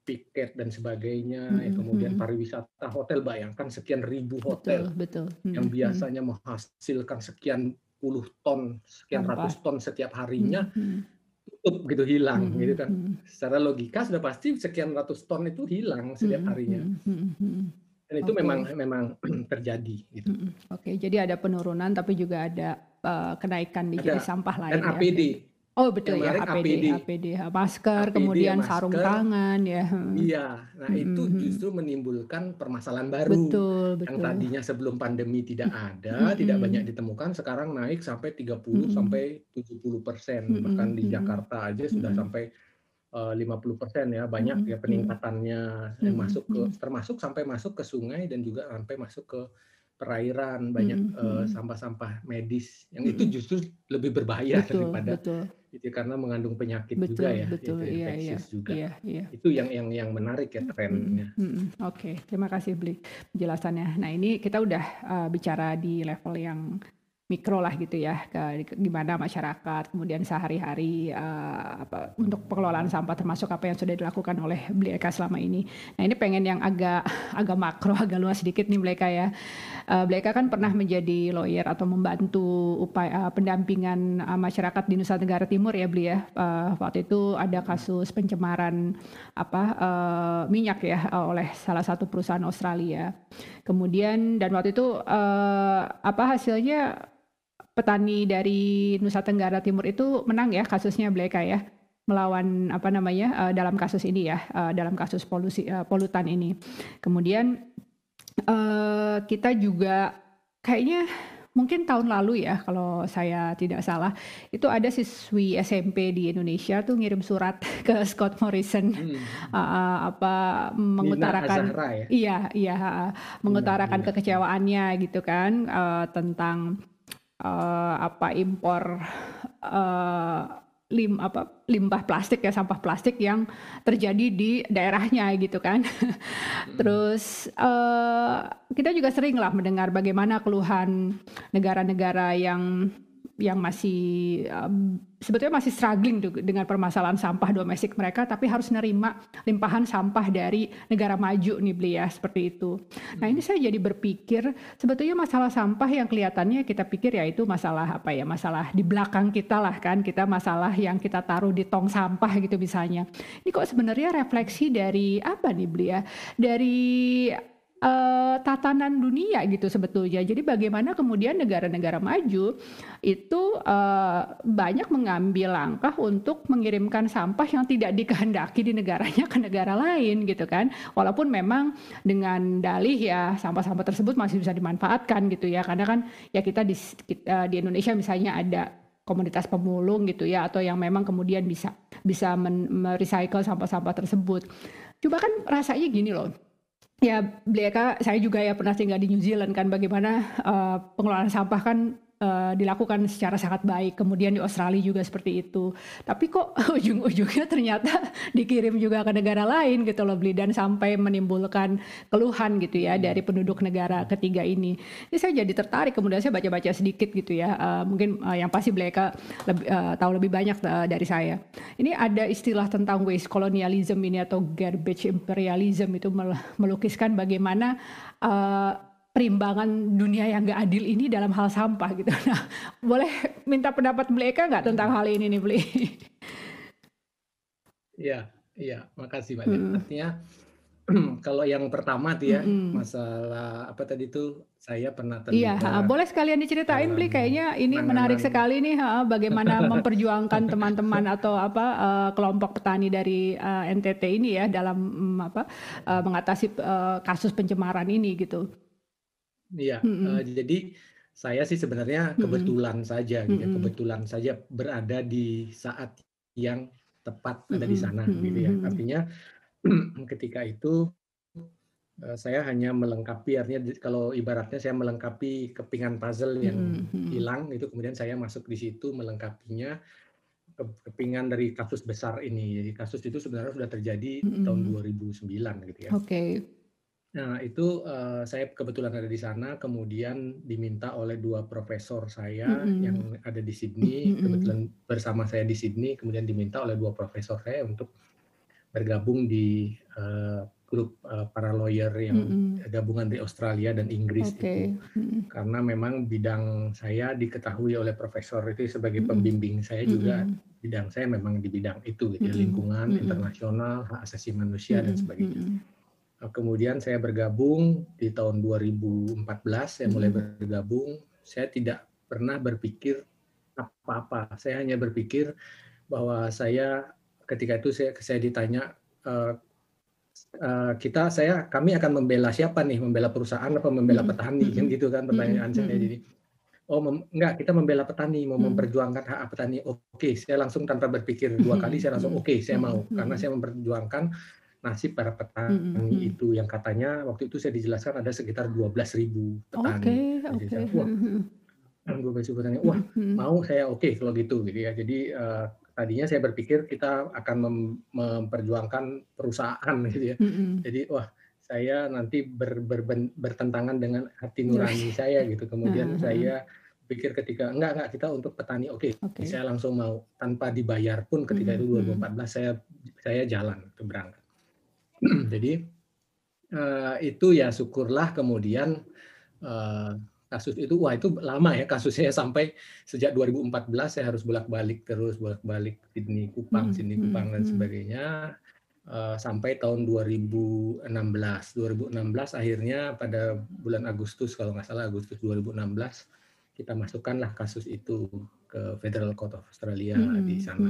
piket dan sebagainya, ya kemudian pariwisata hotel, bayangkan sekian ribu hotel Betul. yang biasanya menghasilkan sekian puluh ton, sekian Sampah. ratus ton setiap harinya, tutup gitu, hilang gitu kan. Secara logika sudah pasti sekian ratus ton itu hilang setiap harinya. Dan itu memang terjadi gitu. Oke, jadi ada penurunan tapi juga ada kenaikan di jenis sampah lain dan APD. Oh betul ya, APD, masker, kemudian masker, sarung tangan ya. Iya, nah itu justru menimbulkan permasalahan baru. Betul. Yang tadinya sebelum pandemi tidak ada, tidak banyak ditemukan, sekarang naik sampai 30 sampai 70%. Bahkan di Jakarta aja sudah sampai 50% ya, banyak ya peningkatannya yang termasuk sampai masuk ke sungai dan juga sampai masuk ke perairan, banyak sampah-sampah medis yang itu justru lebih berbahaya daripada itu karena mengandung penyakit juga ya, infeksius juga. Itu yang menarik ya trennya. Oke, terima kasih Bli penjelasannya. Nah ini kita udah bicara di level yang mikro lah gitu ya, gimana masyarakat kemudian sehari-hari untuk pengelolaan sampah termasuk apa yang sudah dilakukan oleh Bli Eka selama ini. Nah ini pengen yang agak makro, agak luas sedikit nih Bli Eka ya. Bli Eka kan pernah menjadi lawyer atau membantu upaya pendampingan masyarakat di Nusa Tenggara Timur ya Bli ya. Waktu itu ada kasus pencemaran minyak ya oleh salah satu perusahaan Australia. Kemudian dan waktu itu hasilnya petani dari Nusa Tenggara Timur itu menang ya kasusnya Bli Eka ya, melawan dalam kasus ini ya, dalam kasus polutan ini. Kemudian kita juga kayaknya mungkin tahun lalu ya kalau saya tidak salah, itu ada siswi SMP di Indonesia tuh ngirim surat ke Scott Morrison mengutarakan mengutarakan kekecewaannya gitu kan tentang impor limbah plastik ya, sampah plastik yang terjadi di daerahnya gitu kan. Terus kita juga sering lah mendengar bagaimana keluhan negara-negara yang masih sebetulnya masih struggling dengan permasalahan sampah domestik mereka, tapi harus nerima limpahan sampah dari negara maju nih Bli ya, seperti itu. Nah ini saya jadi berpikir sebetulnya masalah sampah yang kelihatannya kita pikir ya itu masalah masalah di belakang kita lah kan, kita masalah yang kita taruh di tong sampah gitu misalnya. Ini kok sebenarnya refleksi dari apa nih Bli ya? Dari tatanan dunia gitu sebetulnya. Jadi bagaimana kemudian negara-negara maju itu banyak mengambil langkah untuk mengirimkan sampah yang tidak dikehendaki di negaranya ke negara lain gitu kan. Walaupun memang dengan dalih ya sampah-sampah tersebut masih bisa dimanfaatkan gitu ya. Karena kan ya kita di Indonesia misalnya ada komunitas pemulung gitu ya, atau yang memang kemudian bisa merecycle sampah-sampah tersebut. Coba kan rasanya gini loh. Ya, Bli Eka, saya juga ya pernah tinggal di New Zealand kan, bagaimana pengelolaan sampah kan dilakukan secara sangat baik. Kemudian di Australia juga seperti itu. Tapi kok ujung-ujungnya ternyata dikirim juga ke negara lain gitu loh Bli, dan sampai menimbulkan keluhan gitu ya dari penduduk negara ketiga ini. Ini saya jadi tertarik, kemudian saya baca-baca sedikit gitu ya. Mungkin yang pasti Bli Eka tahu lebih banyak dari saya. Ini ada istilah tentang waste colonialism ini atau garbage imperialism, itu melukiskan bagaimana perimbangan dunia yang gak adil ini dalam hal sampah gitu. Nah, boleh minta pendapat Bli Eka nggak tentang hal ini nih Bli? Iya, makasih banyak. Artinya kalau yang pertama tuh ya, masalah apa tadi tuh, saya pernah terlibat. Iya, boleh sekalian diceritain Bli, kayaknya ini menarik sekali nih bagaimana memperjuangkan teman-teman atau kelompok petani dari NTT ini ya dalam mengatasi kasus pencemaran ini gitu. Iya, jadi saya sih sebenarnya kebetulan saja gitu, kebetulan saja berada di saat yang tepat ada di sana gitu ya. Artinya ketika itu saya hanya melengkapi, artinya kalau ibaratnya saya melengkapi kepingan puzzle yang hilang itu, kemudian saya masuk di situ melengkapinya kepingan dari kasus besar ini. Jadi kasus itu sebenarnya sudah terjadi tahun 2009 gitu ya. Nah itu saya kebetulan ada di sana, kemudian diminta oleh dua profesor saya yang ada di Sydney, kebetulan bersama saya di Sydney, kemudian diminta oleh dua profesor saya untuk bergabung di grup para lawyer yang gabungan dari Australia dan Inggris itu. Karena memang bidang saya diketahui oleh profesor itu sebagai pembimbing saya juga, bidang saya memang di bidang itu, gitu, lingkungan internasional, hak asasi manusia dan sebagainya. Kemudian saya bergabung di tahun 2014, saya mulai bergabung. Saya tidak pernah berpikir apa-apa. Saya hanya berpikir bahwa ketika itu saya ditanya, kami akan membela siapa nih, membela perusahaan apa membela petani, kan gitu kan pertanyaan saya. Jadi enggak, kita membela petani, mau memperjuangkan hak petani. Oke, saya langsung tanpa berpikir dua kali, saya langsung oke, saya mau, karena saya memperjuangkan nasib para petani itu yang katanya waktu itu saya dijelaskan ada sekitar 12.000 petani. Jadi saya, wah, mau saya, oke kalau gitu ya. Jadi tadinya saya berpikir kita akan memperjuangkan perusahaan gitu ya. Jadi wah, saya nanti bertentangan dengan hati nurani saya gitu. Kemudian saya pikir ketika enggak kita untuk petani, oke. Saya langsung mau tanpa dibayar pun ketika itu 2014 saya jalan ke berangkat. Jadi itu ya syukurlah kemudian kasus itu, wah itu lama ya kasusnya, sampai sejak 2014 saya harus bolak-balik Sydney Kupang dan sebagainya, sampai tahun 2016 akhirnya pada bulan Agustus, kalau nggak salah Agustus 2016 kita masukkanlah kasus itu ke Federal Court of Australia di sana,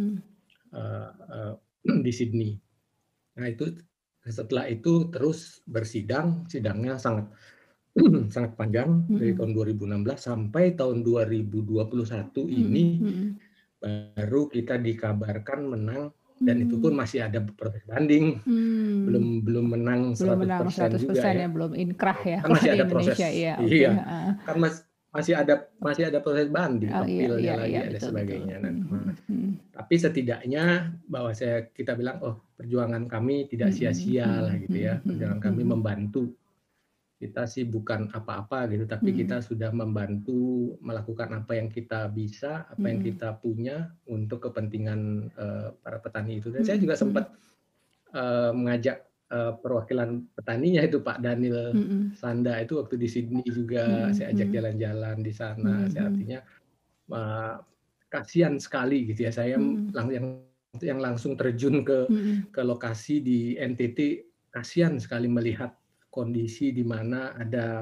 di Sydney. Nah itu setelah itu terus bersidang, sidangnya sangat panjang dari tahun 2016 sampai tahun 2021 ini baru kita dikabarkan menang, dan itu pun masih ada proses banding, belum menang 100% juga ya, belum inkrah ya, kan masih ada proses, ya, kan masih ada proses banding, appeal-nya lagi ada sebagainya. Tapi setidaknya bahwa kita bilang perjuangan kami tidak sia-sia lah gitu ya, perjuangan kami membantu. Kita sih bukan apa-apa gitu, tapi kita sudah membantu melakukan apa yang kita bisa, apa yang kita punya untuk kepentingan para petani itu. Dan saya juga sempat mengajak perwakilan petaninya itu Pak Daniel Sanda itu waktu di Sydney juga, saya ajak jalan-jalan di sana. Saya artinya kasihan sekali gitu ya, saya yang langsung terjun ke lokasi di NTT, kasihan sekali melihat kondisi di mana ada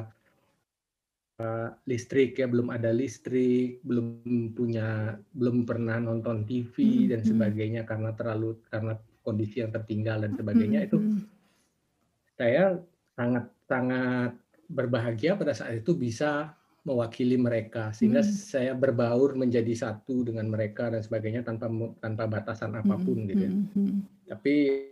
listrik ya, belum ada listrik, belum pernah nonton TV dan sebagainya karena kondisi yang tertinggal dan sebagainya. Itu saya sangat berbahagia pada saat itu bisa mewakili mereka, sehingga saya berbaur menjadi satu dengan mereka dan sebagainya tanpa batasan apapun gitu ya. Tapi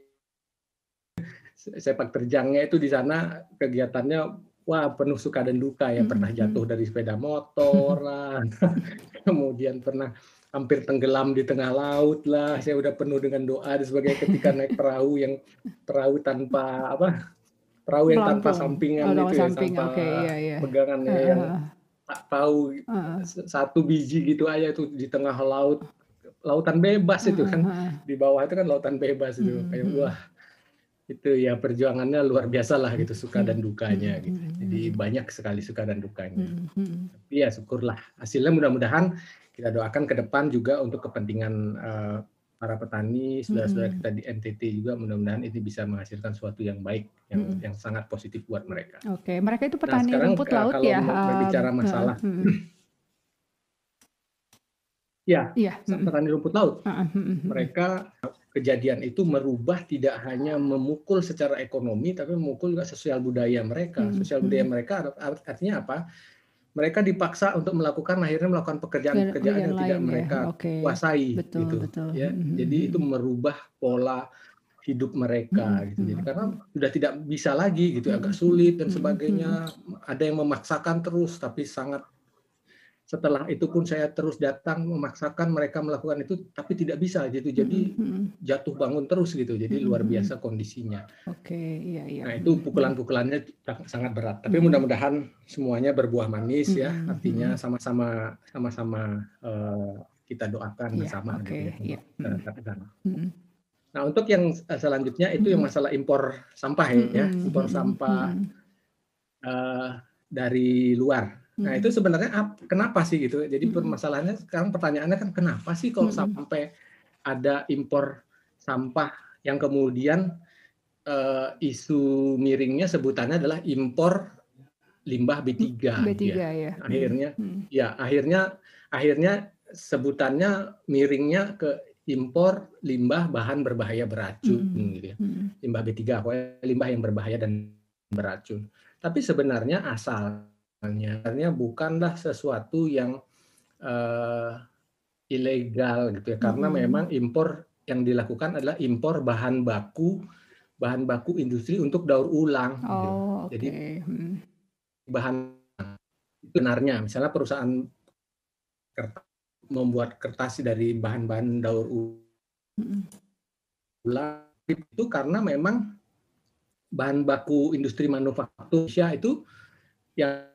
sepak terjangnya itu di sana kegiatannya wah penuh suka dan duka ya, pernah jatuh dari sepeda motor lah, kemudian pernah hampir tenggelam di tengah laut lah, saya udah penuh dengan doa dan sebagainya ketika naik perahu yang tanpa sampingan itu ya, tanpa pegangannya yang tak tahu satu biji gitu aja itu di tengah lautan bebas itu kan, di bawah itu kan lautan bebas itu, kayak wah itu ya perjuangannya luar biasa lah gitu, suka dan dukanya gitu. Jadi banyak sekali suka dan dukanya. Tapi ya syukurlah hasilnya, mudah-mudahan kita doakan ke depan juga untuk kepentingan para petani, saudara-saudara kita di NTT juga, mudah-mudahan ini bisa menghasilkan sesuatu yang baik, yang sangat positif buat mereka. Oke, mereka itu petani rumput laut kalau ya. Kalau berbicara masalah petani rumput laut, mereka kejadian itu merubah tidak hanya memukul secara ekonomi, tapi memukul juga sosial budaya mereka. Sosial budaya mereka artinya apa? Mereka dipaksa untuk akhirnya melakukan pekerjaan-pekerjaan yang tidak mereka kuasai, gitu. Ya, jadi itu merubah pola hidup mereka, gitu. Jadi karena sudah tidak bisa lagi, gitu, agak sulit dan sebagainya. Ada yang memaksakan terus, tapi setelah itu pun saya terus datang memaksakan mereka melakukan itu, tapi tidak bisa gitu. Jadi jatuh bangun terus gitu. Jadi luar biasa kondisinya. Nah itu pukulan-pukulannya sangat berat. Tapi mudah-mudahan semuanya berbuah manis ya. Artinya sama-sama kita doakan bersama. Nah, untuk yang selanjutnya itu yang masalah impor sampah ya, impor sampah dari luar. Nah, itu sebenarnya kenapa sih gitu? Jadi permasalahannya sekarang pertanyaannya kan kenapa sih kok sampai ada impor sampah yang kemudian isu miringnya sebutannya adalah impor limbah B3 gitu ya. ya. Akhirnya sebutannya miringnya ke impor limbah bahan berbahaya beracun gitu ya. Limbah B3, pokoknya limbah yang berbahaya dan beracun. Tapi sebenarnya asalnya bukanlah sesuatu yang ilegal gitu ya, karena memang impor yang dilakukan adalah impor bahan baku industri untuk daur ulang. Gitu. Jadi bahan benarnya, misalnya perusahaan membuat kertas dari bahan-bahan daur ulang itu karena memang bahan baku industri manufaktur itu yang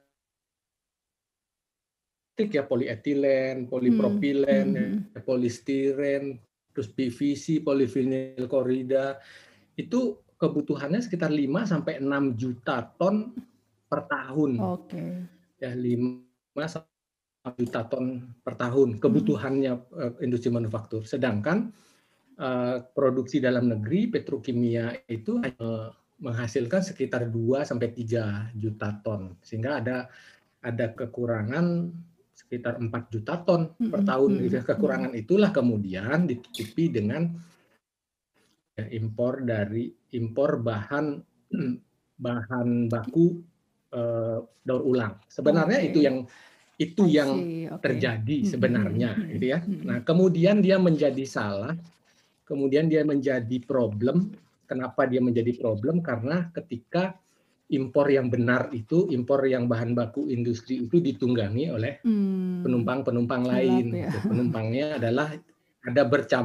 ya polietilen, polipropilen, polistiren, terus PVC, polivinyl klorida itu kebutuhannya sekitar 5 sampai 6 juta ton per tahun. Ya 5 sampai 6 juta ton per tahun kebutuhannya industri manufaktur. Sedangkan produksi dalam negeri petrokimia itu menghasilkan sekitar 2 sampai 3 juta ton. Sehingga ada kekurangan sekitar 4 juta ton per tahun. Kekurangan itulah kemudian ditutupi dengan impor bahan baku daur ulang. Sebenarnya itu yang terjadi sebenarnya, gitu ya. Nah, kemudian dia menjadi salah, kemudian dia menjadi problem. Kenapa dia menjadi problem? Karena ketika impor yang benar itu, impor yang bahan baku industri itu ditunggangi oleh penumpang-penumpang lain. Ya. Penumpangnya adalah ada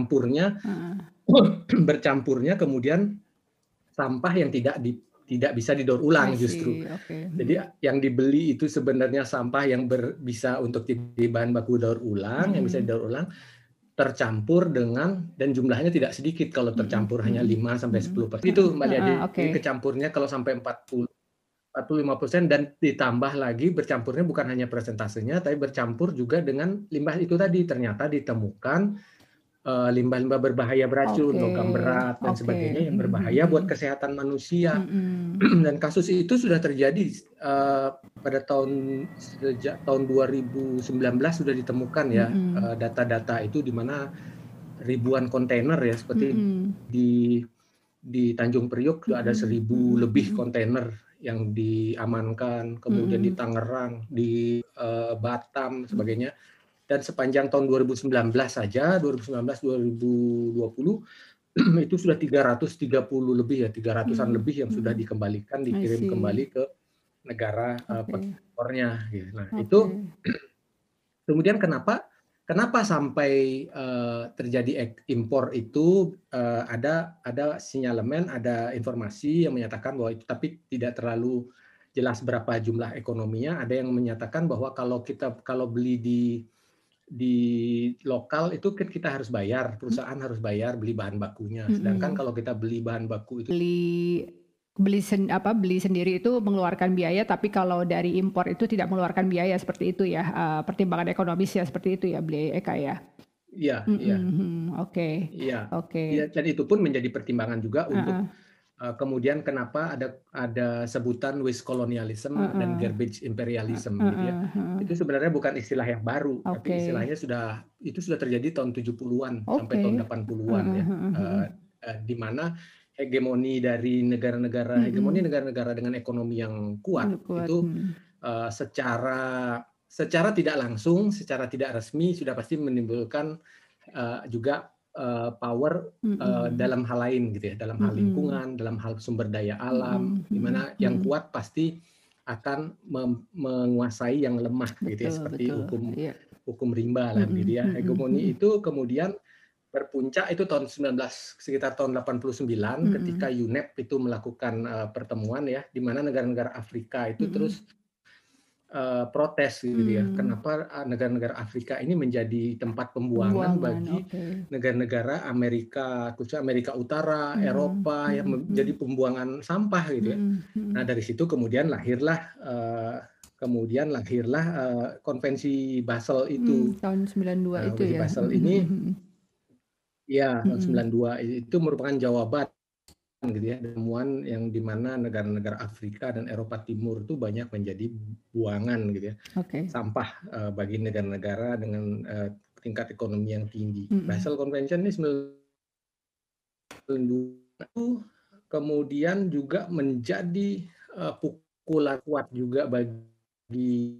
bercampurnya kemudian sampah yang tidak bisa didaur ulang justru. Jadi yang dibeli itu sebenarnya sampah yang bisa untuk jadi bahan baku daur ulang, yang bisa didaur ulang, tercampur dengan, dan jumlahnya tidak sedikit kalau tercampur hanya 5 sampai 10%. Itu Mbak Liadi. Jadi kecampurnya kalau sampai 45% dan ditambah lagi bercampurnya bukan hanya persentasenya, tapi bercampur juga dengan limbah itu tadi. Ternyata ditemukan limbah-limbah berbahaya beracun, logam berat dan sebagainya yang berbahaya buat kesehatan manusia. Dan kasus itu sudah terjadi pada sejak tahun 2019 sudah ditemukan ya data-data itu di mana ribuan kontainer ya seperti di Tanjung Priok sudah ada 1.000 lebih kontainer yang diamankan, kemudian di Tangerang, di Batam sebagainya. Dan sepanjang tahun 2019 saja, 2019-2020 itu sudah 330 lebih ya, 300-an lebih yang sudah dikembalikan, dikirim kembali ke negara pekornya. Gitu. Nah, itu kemudian kenapa sampai terjadi impor itu ada sinyalemen, ada informasi yang menyatakan bahwa itu, tapi tidak terlalu jelas berapa jumlah ekonominya. Ada yang menyatakan bahwa kalau beli di lokal itu kita harus bayar, perusahaan harus bayar beli bahan bakunya. Sedangkan kalau kita beli bahan baku itu beli sendiri itu mengeluarkan biaya, tapi kalau dari impor itu tidak mengeluarkan biaya, seperti itu ya, pertimbangan ekonomis ya, seperti itu ya, beli Eka ya. Iya, iya. Oke. Iya, dan itu pun menjadi pertimbangan juga untuk kemudian kenapa ada sebutan waste colonialism dan garbage imperialism gitu ya. Itu sebenarnya bukan istilah yang baru, tapi istilahnya sudah terjadi tahun 70-an sampai tahun 80-an ya. Di mana hegemoni negara-negara dengan ekonomi yang kuat itu secara tidak langsung, secara tidak resmi sudah pasti menimbulkan juga power dalam hal lain gitu ya, dalam hal lingkungan, dalam hal sumber daya alam, di mana yang kuat pasti akan menguasai yang lemah gitu ya, seperti hukum rimba lah gitu ya. Hegemoni itu kemudian berpuncak itu sekitar tahun 89 ketika UNEP itu melakukan pertemuan ya, di mana negara-negara Afrika itu terus protes gitu ya. Kenapa negara-negara Afrika ini menjadi tempat pembuangan bagi negara-negara Amerika, khususnya Amerika Utara, Eropa yang menjadi pembuangan sampah gitu ya. Nah dari situ kemudian lahirlah konvensi Basel itu. Tahun 92 itu konvensi ya. Basel ini ya tahun 92 itu merupakan jawaban gitu ya, temuan yang di mana negara-negara Afrika dan Eropa Timur itu banyak menjadi buangan gitu ya, sampah bagi negara-negara dengan tingkat ekonomi yang tinggi. Basel Convention ini 92 itu kemudian juga menjadi pukulan kuat juga bagi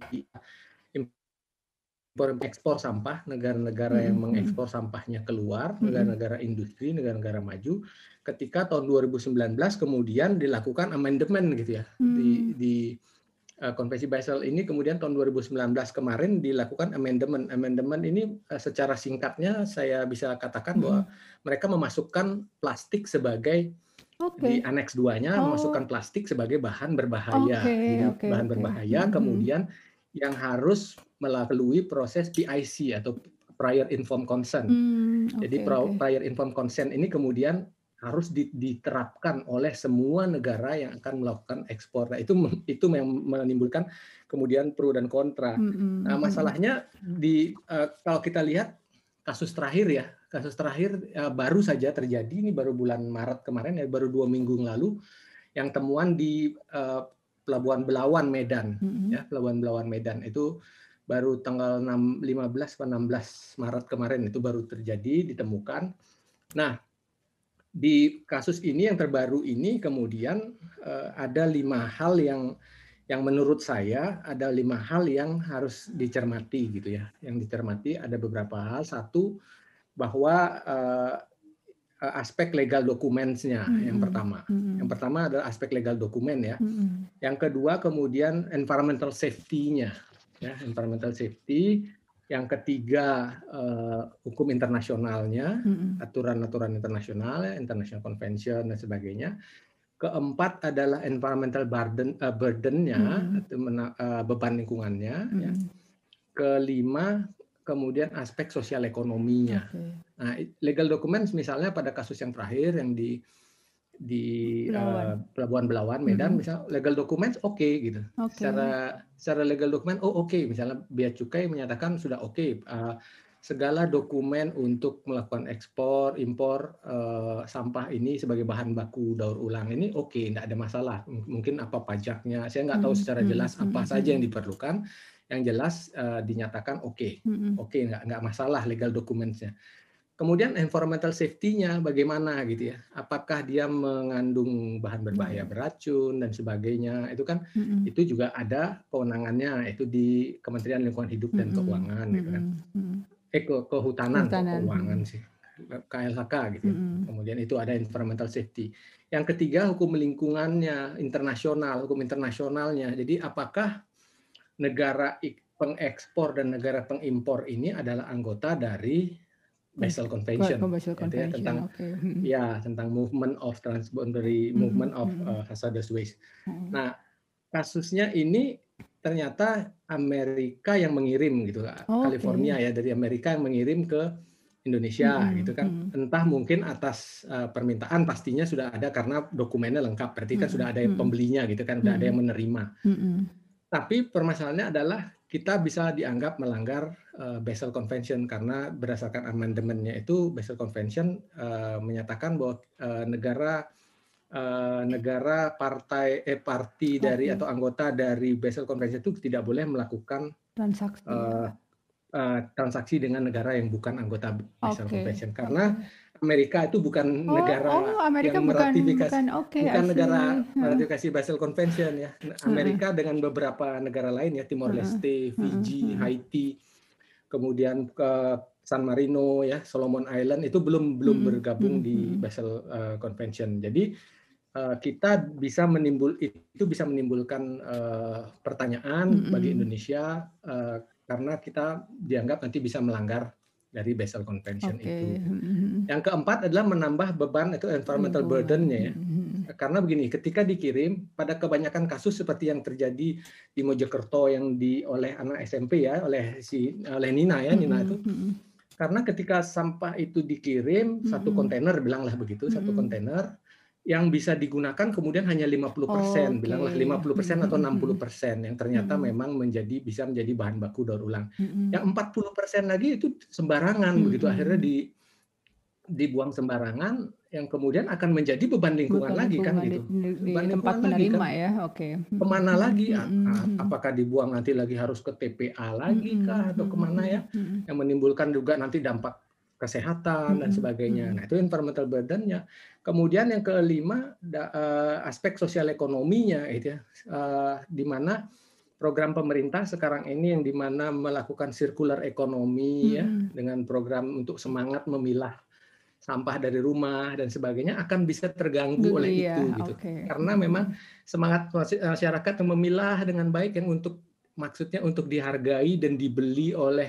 ekspor sampah, negara-negara yang mengekspor sampahnya keluar, negara-negara industri, negara-negara maju. Ketika tahun 2019 kemudian dilakukan amandemen gitu ya, di konvensi Basel ini kemudian tahun 2019 kemarin dilakukan amandemen. Amandemen ini secara singkatnya saya bisa katakan bahwa mereka memasukkan plastik sebagai di aneks 2-nya memasukkan plastik sebagai bahan berbahaya. Bahan berbahaya kemudian yang harus melalui proses PIC atau Prior Informed Consent. Jadi Prior Informed Consent ini kemudian harus diterapkan oleh semua negara yang akan melakukan ekspor. Nah, itu yang menimbulkan kemudian pro dan kontra. Nah, masalahnya kalau kita lihat kasus terakhir baru saja terjadi, ini baru bulan Maret kemarin ya, baru 2 minggu lalu, yang temuan di Pelabuhan Belawan Medan, ya Pelabuhan Belawan Medan itu baru tanggal 15 atau 16 Maret kemarin itu baru terjadi ditemukan. Nah di kasus ini yang terbaru ini kemudian ada 5 hal yang menurut saya ada 5 hal yang harus dicermati gitu ya. Yang dicermati ada beberapa hal. Satu, bahwa aspek legal dokumennya yang pertama. Yang pertama adalah aspek legal dokumen ya. Yang kedua kemudian environmental safety-nya, ya, environmental safety. Yang ketiga hukum internasionalnya, aturan-aturan internasional, international convention dan sebagainya. Keempat adalah environmental burden-nya, atau beban lingkungannya. Ya. Kelima kemudian aspek sosial ekonominya. Nah, legal documents misalnya pada kasus yang terakhir yang di Pelabuhan Belawan Medan, misal legal documents gitu. Secara legal document misalnya Bea Cukai menyatakan sudah segala dokumen untuk melakukan ekspor impor sampah ini sebagai bahan baku daur ulang ini tidak ada masalah. Mungkin apa pajaknya, saya nggak tahu secara jelas apa saja yang diperlukan. Yang jelas dinyatakan nggak masalah legal dokumennya. Kemudian environmental safety-nya bagaimana gitu ya? Apakah dia mengandung bahan berbahaya beracun dan sebagainya? Itu kan itu juga ada kewenangannya, itu di Kementerian Lingkungan Hidup dan Keuangan gitu kan. Kehutanan keuangan sih. KLHK gitu ya. Kemudian itu ada environmental safety. Yang ketiga hukum lingkungannya, hukum internasionalnya. Jadi apakah negara pengekspor dan negara pengimpor ini adalah anggota dari Basel Convention, tentang movement of transboundary movement of hazardous waste. Nah, kasusnya ini ternyata Amerika yang mengirim gitu, California ya, dari Amerika yang mengirim ke Indonesia gitu kan. Entah mungkin atas permintaan, pastinya sudah ada karena dokumennya lengkap, berarti kan sudah ada pembelinya gitu kan, sudah ada yang menerima. Tapi permasalahannya adalah kita bisa dianggap melanggar Basel Convention karena berdasarkan amandemennya itu Basel Convention menyatakan bahwa negara parti dari atau anggota dari Basel Convention itu tidak boleh melakukan transaksi dengan negara yang bukan anggota Basel Convention karena Amerika itu bukan negara yang meratifikasi meratifikasi Basel Convention ya. Amerika dengan beberapa negara lain ya, Timor Leste, Fiji, Haiti, kemudian ke San Marino ya, Solomon Island itu belum bergabung di Basel Convention. Jadi kita bisa menimbulkan pertanyaan bagi Indonesia karena kita dianggap nanti bisa melanggar dari Basel Convention itu. Yang keempat adalah menambah beban itu environmental burden-nya ya. Karena begini, ketika dikirim pada kebanyakan kasus seperti yang terjadi di Mojokerto yang oleh anak SMP ya, oleh Nina ya, Nina itu. Karena ketika sampah itu dikirim satu kontainer, bilanglah begitu, satu kontainer yang bisa digunakan kemudian hanya 50%, bilanglah 50% atau 60% yang ternyata memang bisa menjadi bahan baku daur ulang. Yang 40% lagi itu sembarangan begitu, akhirnya dibuang sembarangan, yang kemudian akan menjadi beban lingkungan lagi kan gitu. Di tempat penerima ya, Kemana lagi? Apakah dibuang nanti lagi harus ke TPA lagi kah atau kemana ya? Yang menimbulkan juga nanti dampak kesehatan dan sebagainya. Nah itu environmental burden-nya. Kemudian yang kelima aspek sosial ekonominya, itu ya, di mana program pemerintah sekarang ini yang di mana melakukan circular economy ya, dengan program untuk semangat memilah sampah dari rumah dan sebagainya akan bisa terganggu oleh itu gitu. Karena memang semangat masyarakat yang memilah dengan baik yang maksudnya untuk dihargai dan dibeli oleh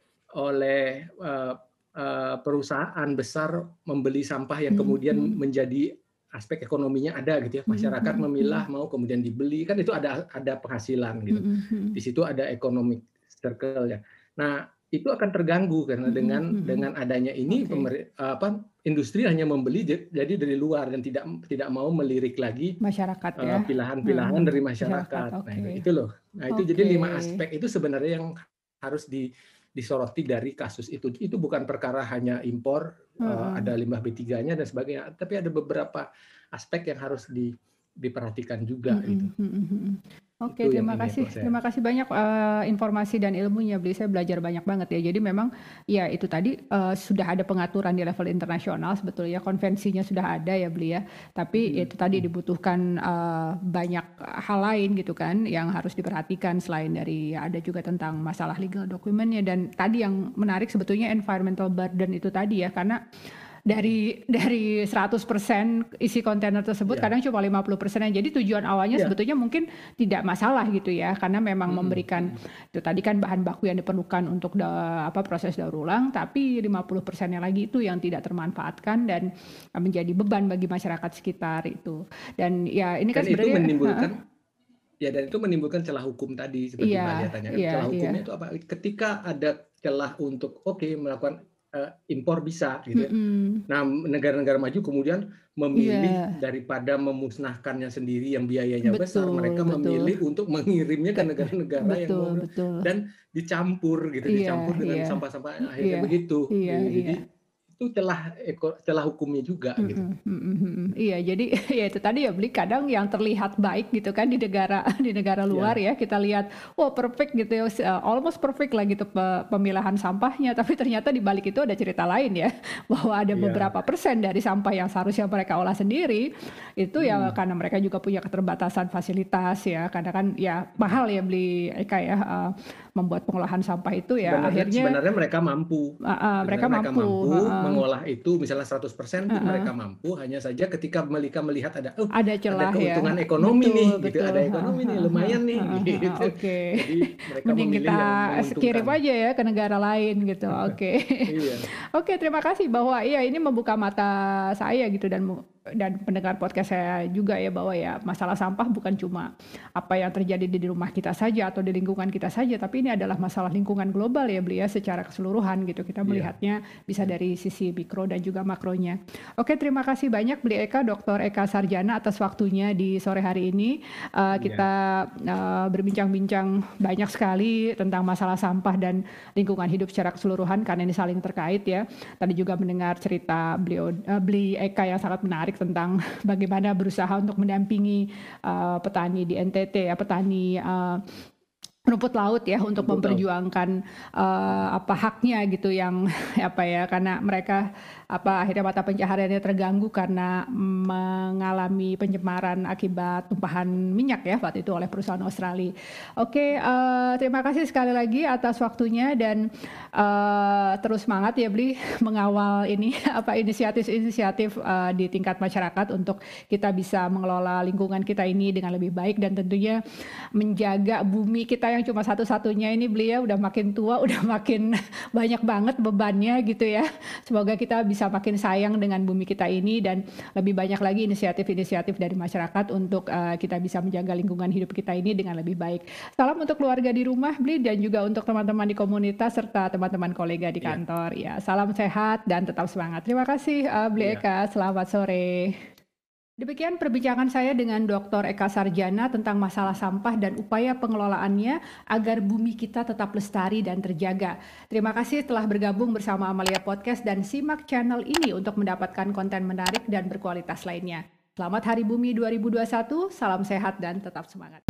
perusahaan besar membeli sampah yang kemudian menjadi aspek ekonominya ada gitu ya. Masyarakat memilah mau kemudian dibeli, kan itu ada penghasilan gitu. Di situ ada economic circle ya. Nah, itu akan terganggu karena dengan adanya ini industri hanya membeli jadi dari luar dan tidak mau melirik lagi masyarakat ya, pilahan-pilahan dari masyarakat. Nah itu loh. Nah itu jadi 5 aspek itu sebenarnya yang harus disoroti dari kasus itu. Itu bukan perkara hanya impor, ada limbah B3-nya dan sebagainya, tapi ada beberapa aspek yang harus diperhatikan juga gitu. Oke, terima kasih banyak informasi dan ilmunya, Bli. Saya belajar banyak banget ya. Jadi memang ya itu tadi sudah ada pengaturan di level internasional sebetulnya, konvensinya sudah ada ya, Bli ya. Tapi itu tadi dibutuhkan banyak hal lain gitu kan yang harus diperhatikan selain dari ada juga tentang masalah legal dokumennya, dan tadi yang menarik sebetulnya environmental burden itu tadi ya, karena dari 100% isi kontainer tersebut kadang cuma 50%. Jadi tujuan awalnya sebetulnya mungkin tidak masalah gitu ya, karena memang memberikan itu tadi kan bahan baku yang diperlukan untuk proses daur ulang, tapi 50%-nya lagi itu yang tidak termanfaatkan dan menjadi beban bagi masyarakat sekitar itu. Dan ya ini kan sebenarnya itu menimbulkan celah hukum tadi seperti Mbak Lia tanya. Celah hukumnya itu apa? Ketika ada celah untuk melakukan impor bisa gitu ya. Nah, negara-negara maju kemudian memilih daripada memusnahkannya sendiri yang biayanya besar, mereka memilih untuk mengirimnya ke negara-negara yang dan dicampur dengan sampah-sampah akhirnya begitu. Jadi itu celah hukumnya juga gitu. Iya, jadi ya itu tadi ya, Bli, kadang yang terlihat baik gitu kan di negara luar ya, kita lihat perfect gitu ya, almost perfect lah gitu pemilahan sampahnya, tapi ternyata di balik itu ada cerita lain ya, bahwa ada beberapa persen dari sampah yang seharusnya mereka olah sendiri itu ya karena mereka juga punya keterbatasan fasilitas ya, karena kan ya mahal ya, Bli Eka ya, membuat pengolahan sampah itu ya. Sebenarnya mereka mampu. Mereka mampu mengolah itu misalnya 100% mereka mampu, hanya saja ketika mereka melihat ada celah, ada keuntungan ekonomi gitu, ada ekonomi nih lumayan nih gitu. Jadi mereka mending kita kirim aja ya ke negara lain gitu. Oke, terima kasih bahwa ini membuka mata saya gitu dan pendengar podcast saya juga ya, bahwa ya masalah sampah bukan cuma apa yang terjadi di rumah kita saja atau di lingkungan kita saja, tapi ini adalah masalah lingkungan global ya, Bli ya, secara keseluruhan gitu. Kita melihatnya bisa dari sisi mikro dan juga makronya. Oke, terima kasih banyak Bli Eka, Dr. Eka Sarjana atas waktunya di sore hari ini. Kita berbincang-bincang banyak sekali tentang masalah sampah dan lingkungan hidup secara keseluruhan karena ini saling terkait ya. Tadi juga mendengar cerita Bli Eka yang sangat menarik tentang bagaimana berusaha untuk mendampingi petani di NTT ya, petani rumput laut ya, untuk memperjuangkan haknya gitu yang karena mereka akhirnya mata pencahariannya terganggu karena mengalami pencemaran akibat tumpahan minyak ya waktu itu oleh perusahaan Australia. Oke, terima kasih sekali lagi atas waktunya dan terus semangat ya, Bli, mengawal ini inisiatif di tingkat masyarakat untuk kita bisa mengelola lingkungan kita ini dengan lebih baik dan tentunya menjaga bumi kita yang yang cuma satu-satunya ini Bli ya, udah makin tua, udah makin banyak banget bebannya gitu ya. Semoga kita bisa makin sayang dengan bumi kita ini dan lebih banyak lagi inisiatif-inisiatif dari masyarakat untuk kita bisa menjaga lingkungan hidup kita ini dengan lebih baik. Salam untuk keluarga di rumah Bli dan juga untuk teman-teman di komunitas serta teman-teman kolega di kantor. Ya, salam sehat dan tetap semangat. Terima kasih Bli Eka, selamat sore. Demikian perbincangan saya dengan Dr. Eka Sarjana tentang masalah sampah dan upaya pengelolaannya agar bumi kita tetap lestari dan terjaga. Terima kasih telah bergabung bersama Amalia Podcast dan simak channel ini untuk mendapatkan konten menarik dan berkualitas lainnya. Selamat Hari Bumi 2021, salam sehat dan tetap semangat.